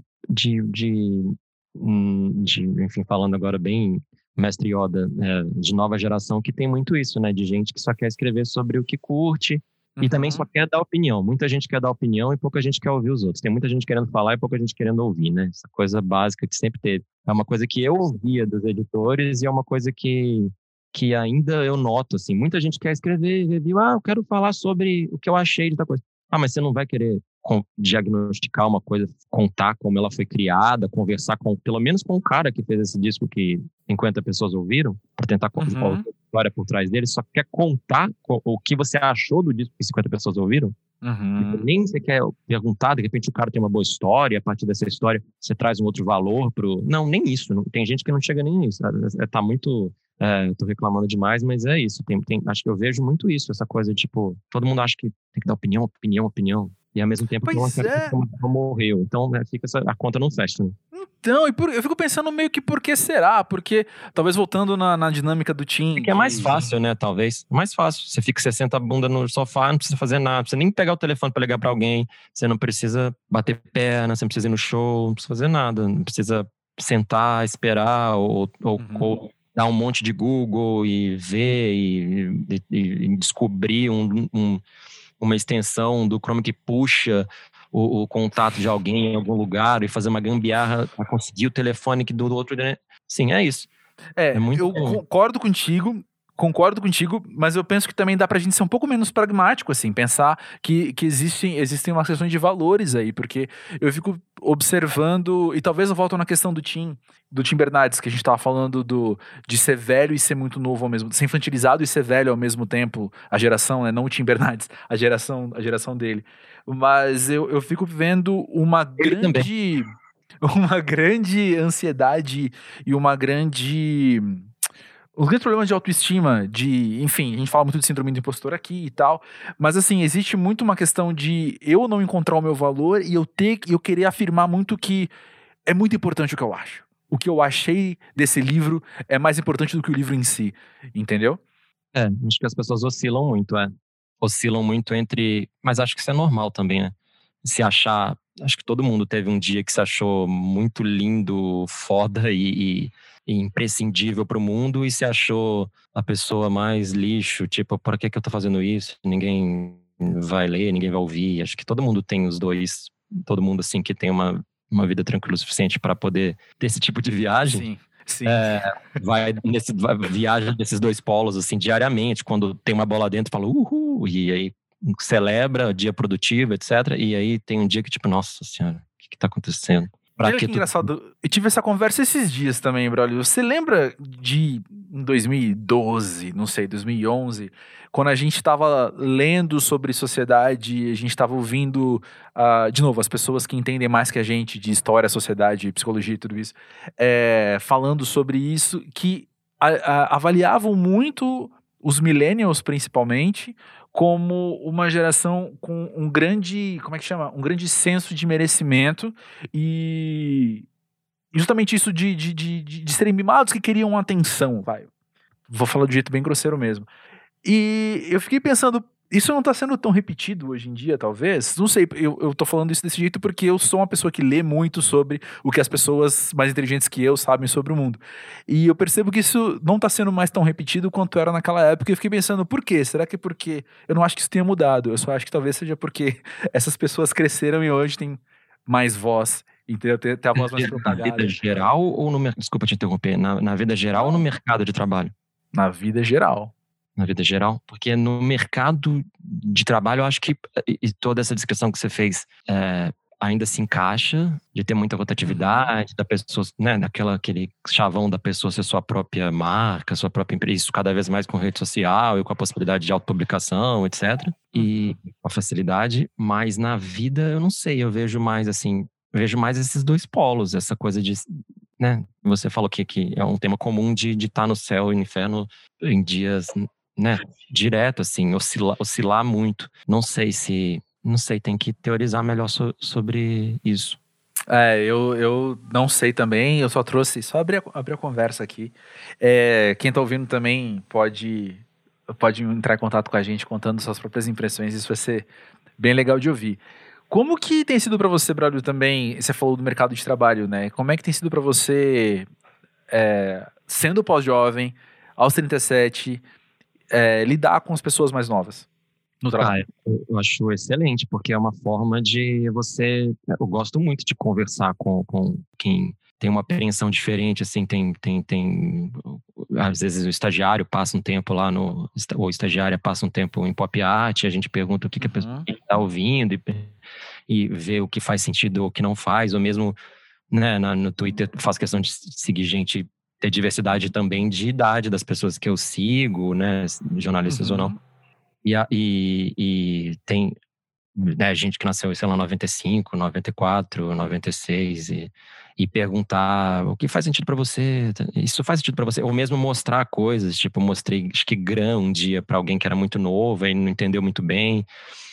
enfim, falando agora bem mestre Yoda, de nova geração, que tem muito isso, né, de gente que só quer escrever sobre o que curte. E também só quer dar opinião. Muita gente quer dar opinião e pouca gente quer ouvir os outros. Tem muita gente querendo falar e pouca gente querendo ouvir, né? Essa coisa básica que sempre teve. É uma coisa que eu ouvia dos editores e é uma coisa que ainda eu noto, assim. Muita gente quer escrever review. Eu quero falar sobre o que eu achei de tal coisa. Mas você não vai querer diagnosticar uma coisa, contar como ela foi criada, conversar pelo menos com o cara que fez esse disco que 50 pessoas ouviram, para tentar contar a história por trás dele, só quer contar o que você achou do disco que 50 pessoas ouviram. Nem você quer perguntar, de repente o cara tem uma boa história, a partir dessa história você traz um outro valor pro... Não, nem isso. Tem gente que não chega nem nisso. Tá muito... eu tô reclamando demais, mas é isso. Acho que eu vejo muito isso, essa coisa, tipo, todo mundo acha que tem que dar opinião, opinião, opinião. E ao mesmo tempo que uma Pois é. pessoa morreu. Então, né, a conta não fecha, né? Então, eu fico pensando meio que por que será? Porque, talvez voltando na dinâmica do Tim, Porque é mais fácil, né, talvez. Mais fácil. Você fica 60 bunda no sofá, não precisa fazer nada, não precisa nem pegar o telefone para ligar para alguém, você não precisa bater perna, você não precisa ir no show, não precisa fazer nada, não precisa sentar, esperar ou dar um monte de Google e ver e descobrir uma extensão do Chrome que puxa o contato de alguém em algum lugar e fazer uma gambiarra para conseguir o telefone que do outro. Né? Sim, é isso. É muito eu concordo contigo, mas eu penso que também dá pra gente ser um pouco menos pragmático, assim, pensar que existem umas questões de valores aí, porque eu fico observando, e talvez eu volto na questão do Tim Bernardes, que a gente tava falando de ser velho e ser muito novo ao mesmo tempo, ser infantilizado e ser velho ao mesmo tempo, a geração, né, não o Tim Bernardes, a geração dele. Mas eu fico vendo uma grande ansiedade e os grandes problemas de autoestima, enfim, a gente fala muito de síndrome do impostor aqui e tal, mas assim, existe muito uma questão de eu não encontrar o meu valor e eu querer afirmar muito que é muito importante o que eu acho. O que eu achei desse livro é mais importante do que o livro em si, entendeu? Acho que as pessoas oscilam muito, Oscilam muito entre. Mas acho que isso é normal também, né? Se achar. Acho que todo mundo teve um dia que se achou muito lindo, foda e imprescindível pro mundo e se achou a pessoa mais lixo, tipo, por que eu tô fazendo isso? Ninguém vai ler, ninguém vai ouvir. Acho que todo mundo tem os dois. Todo mundo, assim, que tem uma vida tranquila o suficiente para poder ter esse tipo de viagem. Sim, sim. Viaja desses dois polos, assim, diariamente. Quando tem uma bola dentro, fala uhul, e aí celebra dia produtivo, etc. E aí tem um dia que, tipo, nossa senhora, o que tá acontecendo? Olha que engraçado, eu tive essa conversa esses dias também, brother. Você lembra em 2012, não sei, 2011, quando a gente tava lendo sobre sociedade, a gente tava ouvindo, de novo, as pessoas que entendem mais que a gente de história, sociedade, psicologia e tudo isso, falando sobre isso, que avaliavam muito os millennials, principalmente, como uma geração com um grande, como é que chama? Um grande senso de merecimento e justamente isso de serem mimados que queriam atenção, vai. Vou falar de jeito bem grosseiro mesmo. E eu fiquei pensando, isso não tá sendo tão repetido hoje em dia, talvez? Não sei, eu tô falando isso desse jeito porque eu sou uma pessoa que lê muito sobre o que as pessoas mais inteligentes que eu sabem sobre o mundo. E eu percebo que isso não tá sendo mais tão repetido quanto era naquela época. E eu fiquei pensando, por quê? Será que é porque... Eu não acho que isso tenha mudado. Eu só acho que talvez seja porque essas pessoas cresceram e hoje têm mais voz, entendeu? Tem a voz mais propagada. Na vida geral ou no mercado? Desculpa te interromper. Na vida geral ou no mercado de trabalho? Na vida geral. Na vida geral? Porque no mercado de trabalho, eu acho que e toda essa descrição que você fez ainda se encaixa, de ter muita rotatividade, da pessoa, né, aquele chavão da pessoa ser sua própria marca, sua própria empresa, isso cada vez mais com rede social e com a possibilidade de autopublicação, etc. E com a facilidade, mas na vida, eu não sei, eu vejo mais assim, esses dois polos, essa coisa de, né, você falou que é um tema comum de estar no céu e no inferno em dias, né, direto, assim, oscilar muito. Não sei, tem que teorizar melhor sobre isso. Eu não sei também, eu só trouxe, só abrir a conversa aqui. Quem tá ouvindo também pode entrar em contato com a gente contando suas próprias impressões, isso vai ser bem legal de ouvir. Como que tem sido para você, Braulio, também, você falou do mercado de trabalho, né? Como é que tem sido para você, sendo pós-jovem, aos 37, lidar com as pessoas mais novas no trabalho? Eu acho excelente, porque é uma forma de você... Eu gosto muito de conversar com quem tem uma apreensão diferente, assim, às vezes o estagiário passa um tempo lá ou estagiária passa um tempo em pop art, a gente pergunta o que a pessoa está ouvindo e vê o que faz sentido ou o que não faz, ou mesmo, né, no Twitter faço questão de seguir gente, ter diversidade também de idade das pessoas que eu sigo, né, jornalistas ou não. E tem né, gente que nasceu, sei lá, 95, 94, 96 e perguntar o que faz sentido pra você, isso faz sentido pra você, ou mesmo mostrar coisas, tipo, mostrei, acho que Grã um dia pra alguém que era muito novo e não entendeu muito bem,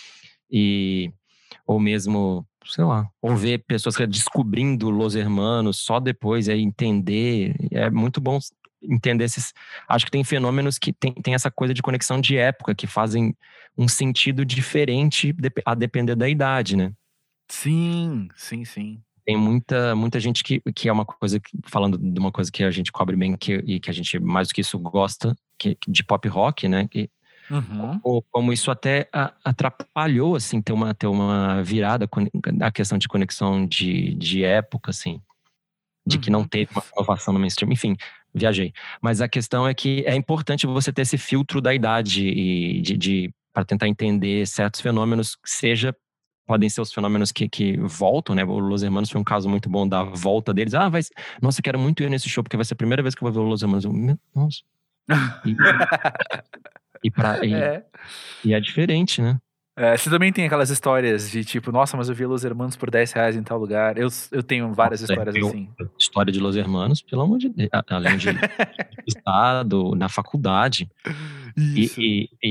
ou mesmo, sei lá, ou ver pessoas descobrindo Los Hermanos só depois, aí entender, é muito bom entender esses, acho que tem fenômenos que tem essa coisa de conexão de época, que fazem um sentido diferente a depender da idade, né? Sim, sim, sim. Tem muita gente que é uma coisa, falando de uma coisa que a gente cobre bem e que a gente, mais do que isso, gosta, de pop rock, né? Como isso até atrapalhou, assim, ter uma virada, a questão de conexão de época, assim, de que não teve uma inovação no mainstream, enfim, viajei. Mas a questão é que é importante você ter esse filtro da idade e para tentar entender certos fenômenos, podem ser os fenômenos que voltam, né? O Los Hermanos foi um caso muito bom da volta deles. Nossa, eu quero muito ir nesse show, porque vai ser a primeira vez que eu vou ver o Los Hermanos. Nossa. E é diferente, né? Você também tem aquelas histórias de tipo, nossa, mas eu vi Los Hermanos por R$10 em tal lugar. Eu tenho várias histórias assim. História de Los Hermanos, pelo amor de Deus. Além de estado, na faculdade. Isso.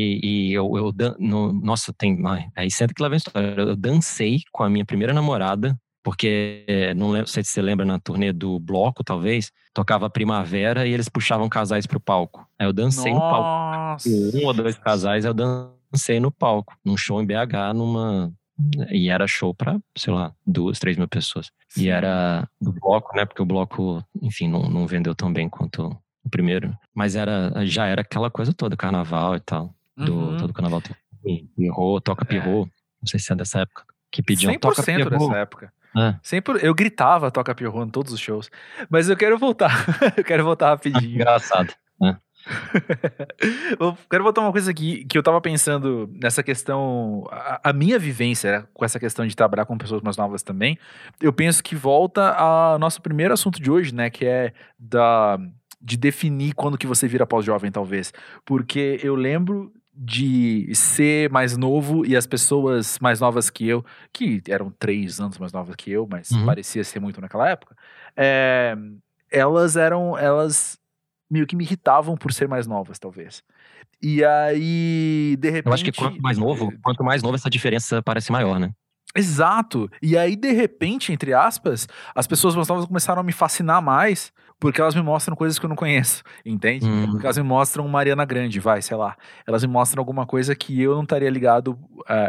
Nossa, aí senta que lá vem a história. Eu dancei com a minha primeira namorada, porque, não sei se você lembra, na turnê do Bloco, talvez, tocava Primavera e eles puxavam casais pro palco. Aí eu dancei no palco. Um ou dois casais, eu dancei no palco, num show em BH, e era show pra, sei lá, 2, 3 mil pessoas. Sim. E era do Bloco, né? Porque o Bloco, enfim, não vendeu tão bem quanto o primeiro. Mas já era aquela coisa toda, carnaval e tal. Todo carnaval tem pirrô, toca pirrô. Não sei se é dessa época. Que pediam 100% toca pirrô. Dessa época. Eu gritava toca pirrô em todos os shows. Mas eu quero voltar. Eu quero voltar rapidinho. Engraçado, né? Eu quero voltar uma coisa aqui que eu tava pensando nessa questão, a minha vivência com essa questão de trabalhar com pessoas mais novas também. Eu penso que volta ao nosso primeiro assunto de hoje, né, que é de definir quando que você vira pós-jovem, talvez. Porque eu lembro de ser mais novo e as pessoas mais novas que eu, que eram 3 anos mais novas que eu, mas parecia ser muito naquela época, elas meio que me irritavam por ser mais novas, talvez. E aí, de repente... Eu acho que quanto mais novo, essa diferença parece maior, né? Exato. E aí, de repente, entre aspas, as pessoas mais novas começaram a me fascinar mais, porque elas me mostram coisas que eu não conheço, entende? Porque elas me mostram uma Ariana Grande, sei lá. Elas me mostram alguma coisa que eu não estaria ligado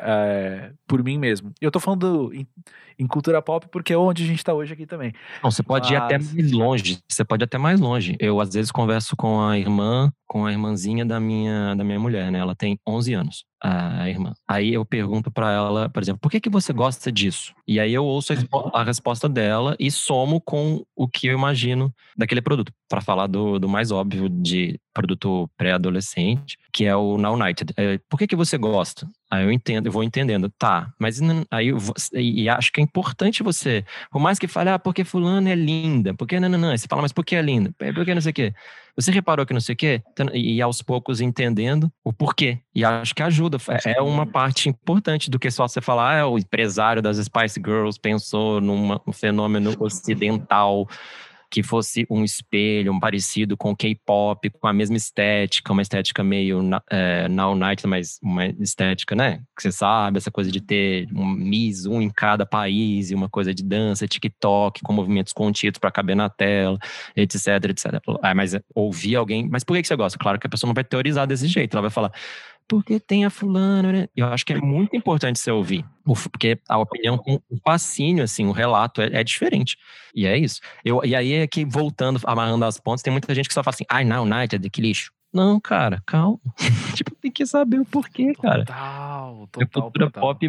por mim mesmo. E eu tô falando em cultura pop porque é onde a gente tá hoje aqui também. Não, você pode ir até mais longe. Você pode ir até mais longe. Eu, às vezes, converso com a irmãzinha da minha mulher, né? Ela tem 11 anos, a irmã. Aí eu pergunto pra ela, por exemplo, por que você gosta disso? E aí eu ouço a resposta dela e somo com o que eu imagino daquele produto. Pra falar do mais óbvio de produto pré-adolescente, que é o Now United. Por que você gosta? Aí eu vou entendendo. Tá, mas aí e acho que é importante você, por mais que fale, porque fulano é linda, porque não, você fala, mas por que é linda? Porque não sei o quê. Você reparou que não sei o quê? E aos poucos entendendo o porquê. E acho que ajuda. É uma parte importante do que só você falar, o empresário das Spice Girls pensou num fenômeno ocidental que fosse um espelho, um parecido com o K-pop, com a mesma estética, uma estética meio Now Night, mas uma estética, né? Que você sabe, essa coisa de ter um Miss, um em cada país, e uma coisa de dança, TikTok, com movimentos contidos para caber na tela, etc, etc. Mas ouvir alguém, mas por que você gosta? Claro que a pessoa não vai teorizar desse jeito, ela vai falar, porque tem a fulana, né? Eu acho que é muito importante você ouvir, porque a opinião com o fascínio, assim, o relato é diferente. E é isso. E aí é que, voltando, amarrando as pontas, tem muita gente que só fala assim, Now United, que lixo. Não, cara, calma. Tipo, tem que saber o porquê, cara. Total. A cultura pop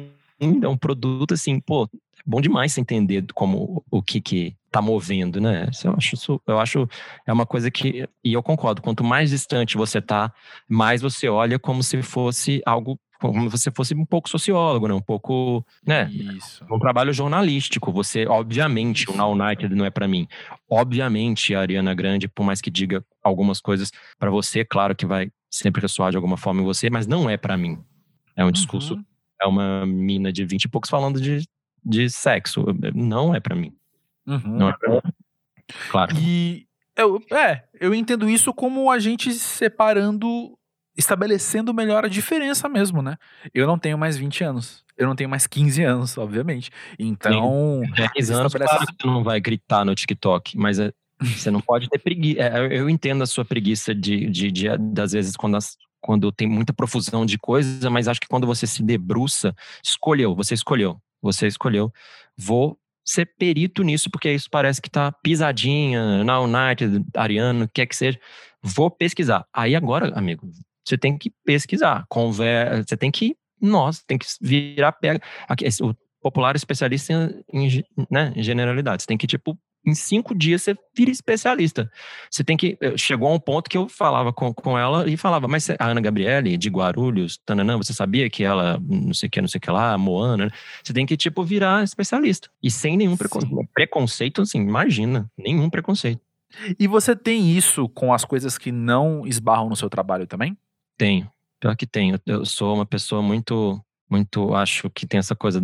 é um produto, assim, pô, é bom demais você entender como o que tá movendo, né? Eu acho é uma coisa que, e eu concordo, quanto mais distante você tá, mais você olha como se fosse algo, como se você fosse um pouco sociólogo, né? Um pouco, né? Isso. Um trabalho jornalístico. Você, obviamente, o Now United não é pra mim. Obviamente, a Ariana Grande, por mais que diga algumas coisas pra você, claro que vai sempre ressoar de alguma forma em você, mas não é pra mim. É um discurso é uma mina de 20 e poucos falando de sexo. Não é pra mim. Não é pra mim. Claro. E eu entendo isso como a gente separando, estabelecendo melhor a diferença mesmo, né? Eu não tenho mais 20 anos. Eu não tenho mais 15 anos, obviamente. Então. 10 anos, claro que você não vai gritar no TikTok, mas você não pode ter preguiça. Eu entendo a sua preguiça das vezes, quando tem muita profusão de coisa, mas acho que quando você se debruça, você escolheu, vou ser perito nisso, porque isso parece que tá pisadinha, na United, Ariano, quer que seja. Vou pesquisar. Aí agora, amigo, você tem que pesquisar, você tem que, tem que virar pega. O popular especialista em generalidades. Tem que, em 5 dias você vira especialista. Você tem que. Chegou a um ponto que eu falava com ela e falava, mas a Ana Gabriele, de Guarulhos, tananã, você sabia que ela, não sei o que lá, Moana, né? Você tem que, virar especialista. E sem nenhum preconceito, assim, imagina, nenhum preconceito. E você tem isso com as coisas que não esbarram no seu trabalho também? Tenho. Pior que tenho. Eu sou uma pessoa muito, acho que tem essa coisa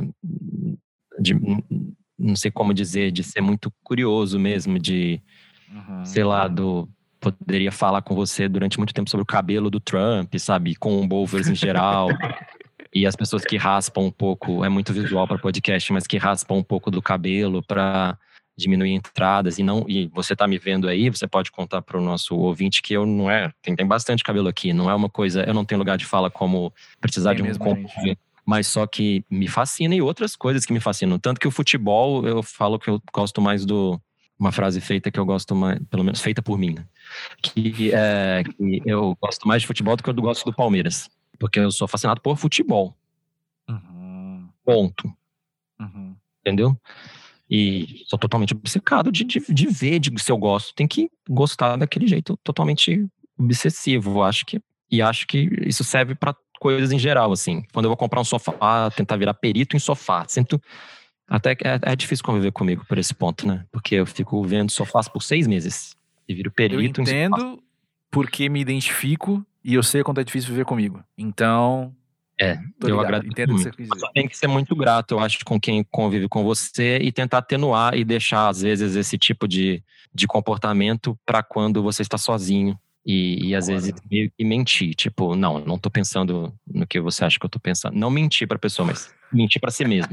não sei como dizer, de ser muito curioso mesmo, sei lá, poderia falar com você durante muito tempo sobre o cabelo do Trump, sabe, com combovers em geral, e as pessoas que raspam um pouco, é muito visual para podcast, mas que raspam um pouco do cabelo para diminuir entradas, e você tá me vendo aí, você pode contar para o nosso ouvinte que eu não tem bastante cabelo aqui, não é uma coisa, eu não tenho lugar de fala como precisar de um combovers, mas só que me fascina, e outras coisas que me fascinam. Tanto que o futebol, eu falo que eu gosto mais uma frase feita que eu gosto mais, pelo menos feita por mim, né? Que eu gosto mais de futebol do que eu gosto do Palmeiras. Porque eu sou fascinado por futebol. Ponto. Entendeu? E sou totalmente obcecado de ver, se eu gosto. Tem que gostar daquele jeito totalmente obsessivo. Acho que isso serve para coisas em geral, assim. Quando eu vou comprar um sofá, tentar virar perito em sofá. Até que é difícil conviver comigo por esse ponto, né? Porque eu fico vendo sofás por 6 meses. E viro perito em sofá. Eu entendo porque me identifico e eu sei quanto é difícil viver comigo. Então... eu agradeço muito. Você tem que ser muito grato, eu acho, com quem convive com você e tentar atenuar e deixar, às vezes, esse tipo de comportamento para quando você está sozinho. E às vezes meio que mentir, não tô pensando no que você acha que eu tô pensando. Não mentir pra pessoa, mas mentir pra si mesmo.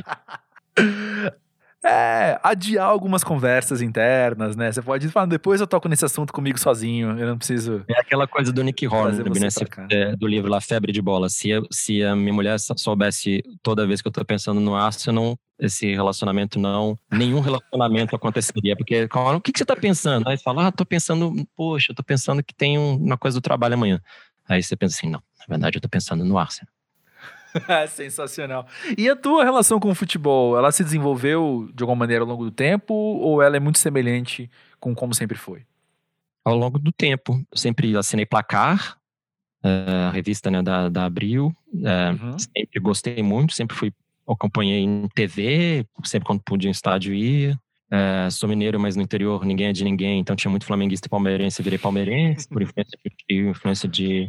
Adiar algumas conversas internas, né? Você pode falar, depois eu toco nesse assunto comigo sozinho, eu não preciso... É aquela coisa do Nick Hornby, né? Do livro lá, Febre de Bola. Se a minha mulher soubesse toda vez que eu tô pensando no Arsenal, nenhum relacionamento aconteceria. Porque, o que você tá pensando? Aí você fala, tô pensando que tem uma coisa do trabalho amanhã. Aí você pensa assim, não, na verdade eu tô pensando no Arsenal. Sensacional. E a tua relação com o futebol, ela se desenvolveu de alguma maneira ao longo do tempo ou ela é muito semelhante com como sempre foi? Ao longo do tempo. Eu sempre assinei Placar, a revista, né, da Abril. Sempre gostei muito, sempre acompanhei em TV, sempre quando podia em estádio ia. Sou mineiro, mas no interior ninguém é de ninguém, então tinha muito flamenguista e palmeirense, virei palmeirense, por influência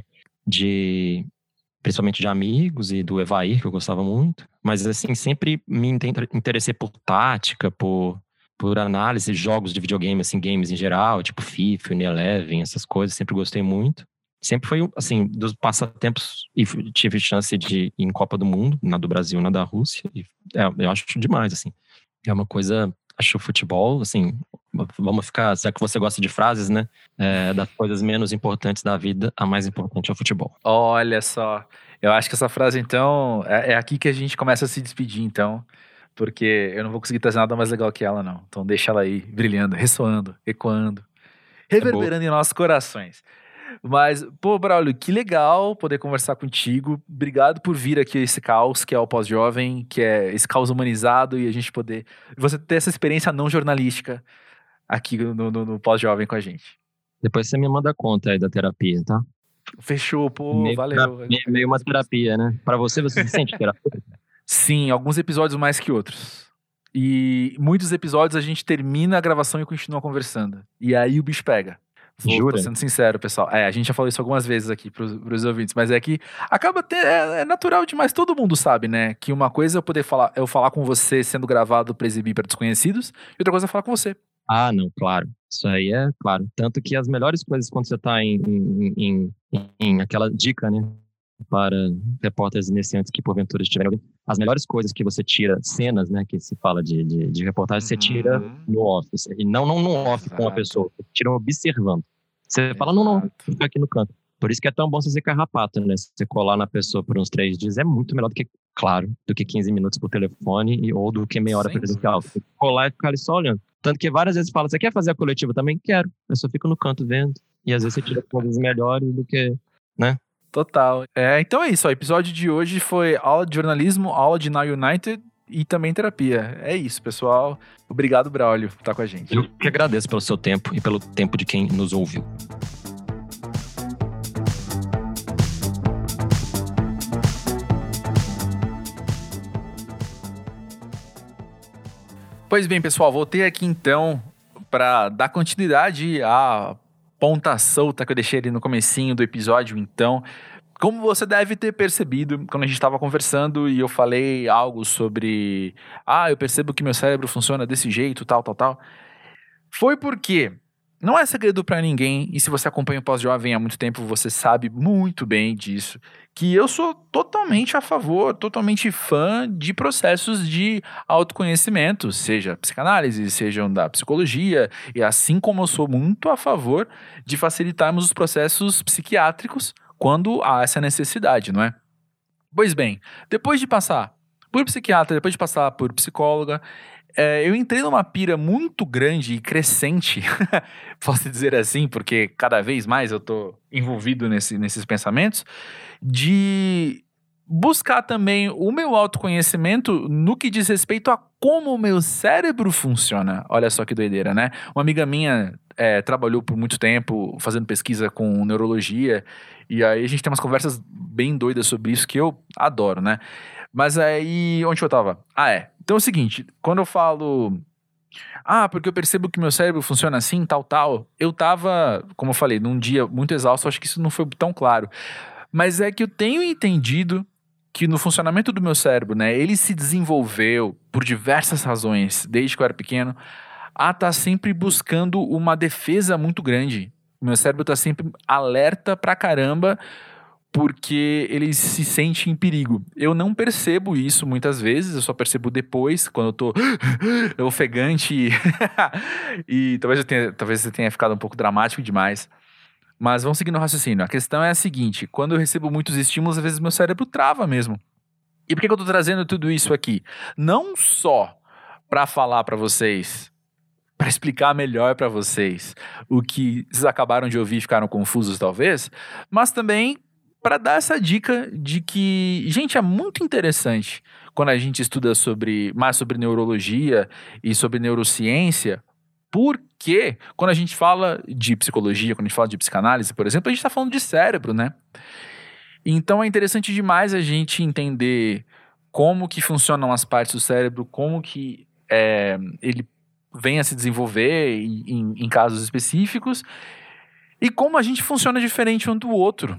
de principalmente de amigos e do Evair, que eu gostava muito. Mas, assim, sempre me interessei por tática, por análise de jogos de videogame, assim, games em geral, tipo FIFA, Eleven, essas coisas, sempre gostei muito. Sempre foi, assim, dos passatempos, e tive chance de ir em Copa do Mundo, na do Brasil, na da Rússia, e eu acho demais, assim. É uma coisa, acho o futebol, assim, vamos ficar, já que você gosta de frases, né? Das coisas menos importantes da vida, a mais importante é o futebol. Olha só, eu acho que essa frase, então, é aqui que a gente começa a se despedir, então, porque eu não vou conseguir trazer nada mais legal que ela, não. Então deixa ela aí, brilhando, ressoando, ecoando, reverberando em nossos corações. Mas, pô, Braulio, que legal poder conversar contigo. Obrigado por vir aqui a esse caos, que é o Pós-Jovem, que é esse caos humanizado, e a gente poder... Você ter essa experiência não jornalística aqui no Pós-Jovem com a gente. Depois você me manda conta aí da terapia, tá? Fechou, pô, valeu. Meio uma terapia, né? Pra você se sente terapia? Sim, alguns episódios mais que outros. E muitos episódios a gente termina a gravação e continua conversando. E aí o bicho pega. Jura? Tô sendo sincero, pessoal. A gente já falou isso algumas vezes aqui pros ouvintes, mas é que acaba é natural demais. Todo mundo sabe, né? Que uma coisa é eu falar com você sendo gravado pra exibir para desconhecidos, e outra coisa é falar com você. Ah, não, claro. Isso aí é claro. Tanto que as melhores coisas quando você tá em aquela dica, né? Para repórteres iniciantes que porventura estiverem ouvindo, as melhores coisas que você tira, cenas, né, que se fala de reportagem, você tira no off, e não no off com a pessoa, você tira observando. Você fala, não, fica aqui no canto. Por isso que é tão bom você ser carrapato, né? Você colar na pessoa por uns 3 dias é muito melhor do que, claro, do que 15 minutos por telefone ou do que meia hora presencial. Você colar e ficar ali só olhando. Tanto que várias vezes fala, você quer fazer a coletiva também? Quero. Eu só fico no canto vendo. E às vezes você tira coisas melhores do que, né? Total. Então é isso, ó. O episódio de hoje foi aula de jornalismo, aula de Now United e também terapia. É isso, pessoal. Obrigado, Braulio, por estar com a gente. Eu que agradeço pelo seu tempo e pelo tempo de quem nos ouviu. Pois bem, pessoal, voltei aqui então para dar continuidade à ponta solta que eu deixei ali no comecinho do episódio. Então, como você deve ter percebido quando a gente estava conversando e eu falei algo sobre eu percebo que meu cérebro funciona desse jeito, tal, foi porque não é segredo para ninguém, e se você acompanha o Pós-Jovem há muito tempo, você sabe muito bem disso, que eu sou totalmente a favor, totalmente fã de processos de autoconhecimento, seja psicanálise, sejam da psicologia, e assim como eu sou muito a favor de facilitarmos os processos psiquiátricos quando há essa necessidade, não é? Pois bem, depois de passar por psiquiatra, depois de passar por psicóloga, eu entrei numa pira muito grande e crescente, posso dizer assim, porque cada vez mais eu tô envolvido nesses pensamentos, de buscar também o meu autoconhecimento no que diz respeito a como o meu cérebro funciona. Olha só que doideira, né? Uma amiga minha trabalhou por muito tempo fazendo pesquisa com neurologia, e aí a gente tem umas conversas bem doidas sobre isso que eu adoro, né? Mas aí, onde eu tava? Então é o seguinte, quando eu falo... porque eu percebo que meu cérebro funciona assim, tal. Eu tava, como eu falei, num dia muito exausto, acho que isso não foi tão claro. Mas é que eu tenho entendido que no funcionamento do meu cérebro, né, ele se desenvolveu por diversas razões, desde que eu era pequeno, a estar sempre buscando uma defesa muito grande. Meu cérebro tá sempre alerta pra caramba, porque ele se sente em perigo. Eu não percebo isso muitas vezes, eu só percebo depois, quando eu tô ofegante e talvez eu tenha ficado um pouco dramático demais. Mas vamos seguindo o raciocínio. A questão é a seguinte, quando eu recebo muitos estímulos, às vezes meu cérebro trava mesmo. E por que eu tô trazendo tudo isso aqui? Não só para falar para vocês, para explicar melhor para vocês o que vocês acabaram de ouvir e ficaram confusos talvez, mas também para dar essa dica de que, gente, é muito interessante quando a gente estuda mais sobre neurologia e sobre neurociência, porque quando a gente fala de psicologia, quando a gente fala de psicanálise, por exemplo, a gente está falando de cérebro, né? Então é interessante demais a gente entender como que funcionam as partes do cérebro, como que ele vem a se desenvolver em casos específicos e como a gente funciona diferente um do outro.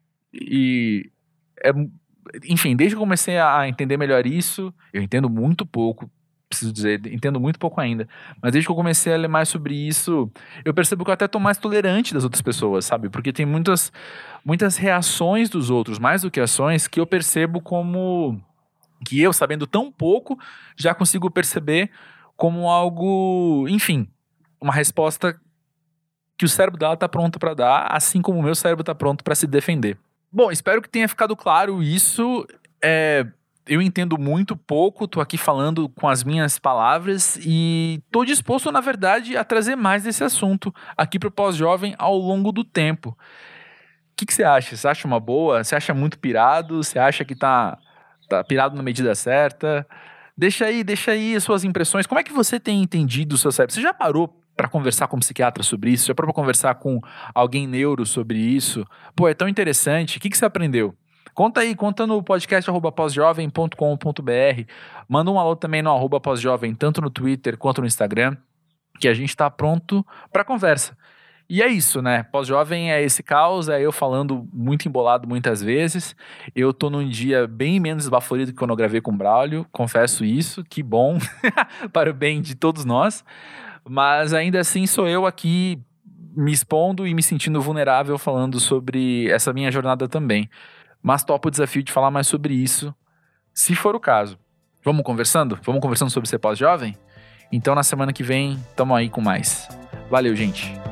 Enfim, desde que eu comecei a entender melhor isso, eu entendo muito pouco, preciso dizer, entendo muito pouco ainda, mas desde que eu comecei a ler mais sobre isso, eu percebo que eu até tô mais tolerante das outras pessoas, sabe? Porque tem muitas reações dos outros, mais do que ações, que eu percebo como... que eu, sabendo tão pouco, já consigo perceber como algo, enfim, uma resposta que o cérebro dela tá pronto para dar, assim como o meu cérebro tá pronto para se defender. Bom, espero que tenha ficado claro isso. Eu entendo muito pouco, tô aqui falando com as minhas palavras e tô disposto, na verdade, a trazer mais desse assunto aqui pro Pós-Jovem ao longo do tempo. O que você acha? Você acha uma boa? Você acha muito pirado? Você acha que tá pirado na medida certa? Deixa aí as suas impressões. Como é que você tem entendido o seu cérebro? Você já parou para conversar com um psiquiatra sobre isso? Já parou para conversar com alguém neuro sobre isso? Pô, é tão interessante. O que você aprendeu? Conta aí, conta no podcast @posjovem.com.br. Manda um alô também no @posjovem, tanto no Twitter quanto no Instagram, que a gente tá pronto para conversa. E é isso, né? Pós-jovem é esse caos, é eu falando muito embolado muitas vezes. Eu tô num dia bem menos esbaforido que quando eu gravei com o Braulio, confesso isso, que bom, para o bem de todos nós. Mas ainda assim sou eu aqui me expondo e me sentindo vulnerável falando sobre essa minha jornada também. Mas topo o desafio de falar mais sobre isso, se for o caso. Vamos conversando? Vamos conversando sobre ser pós-jovem? Então na semana que vem, tamo aí com mais. Valeu, gente!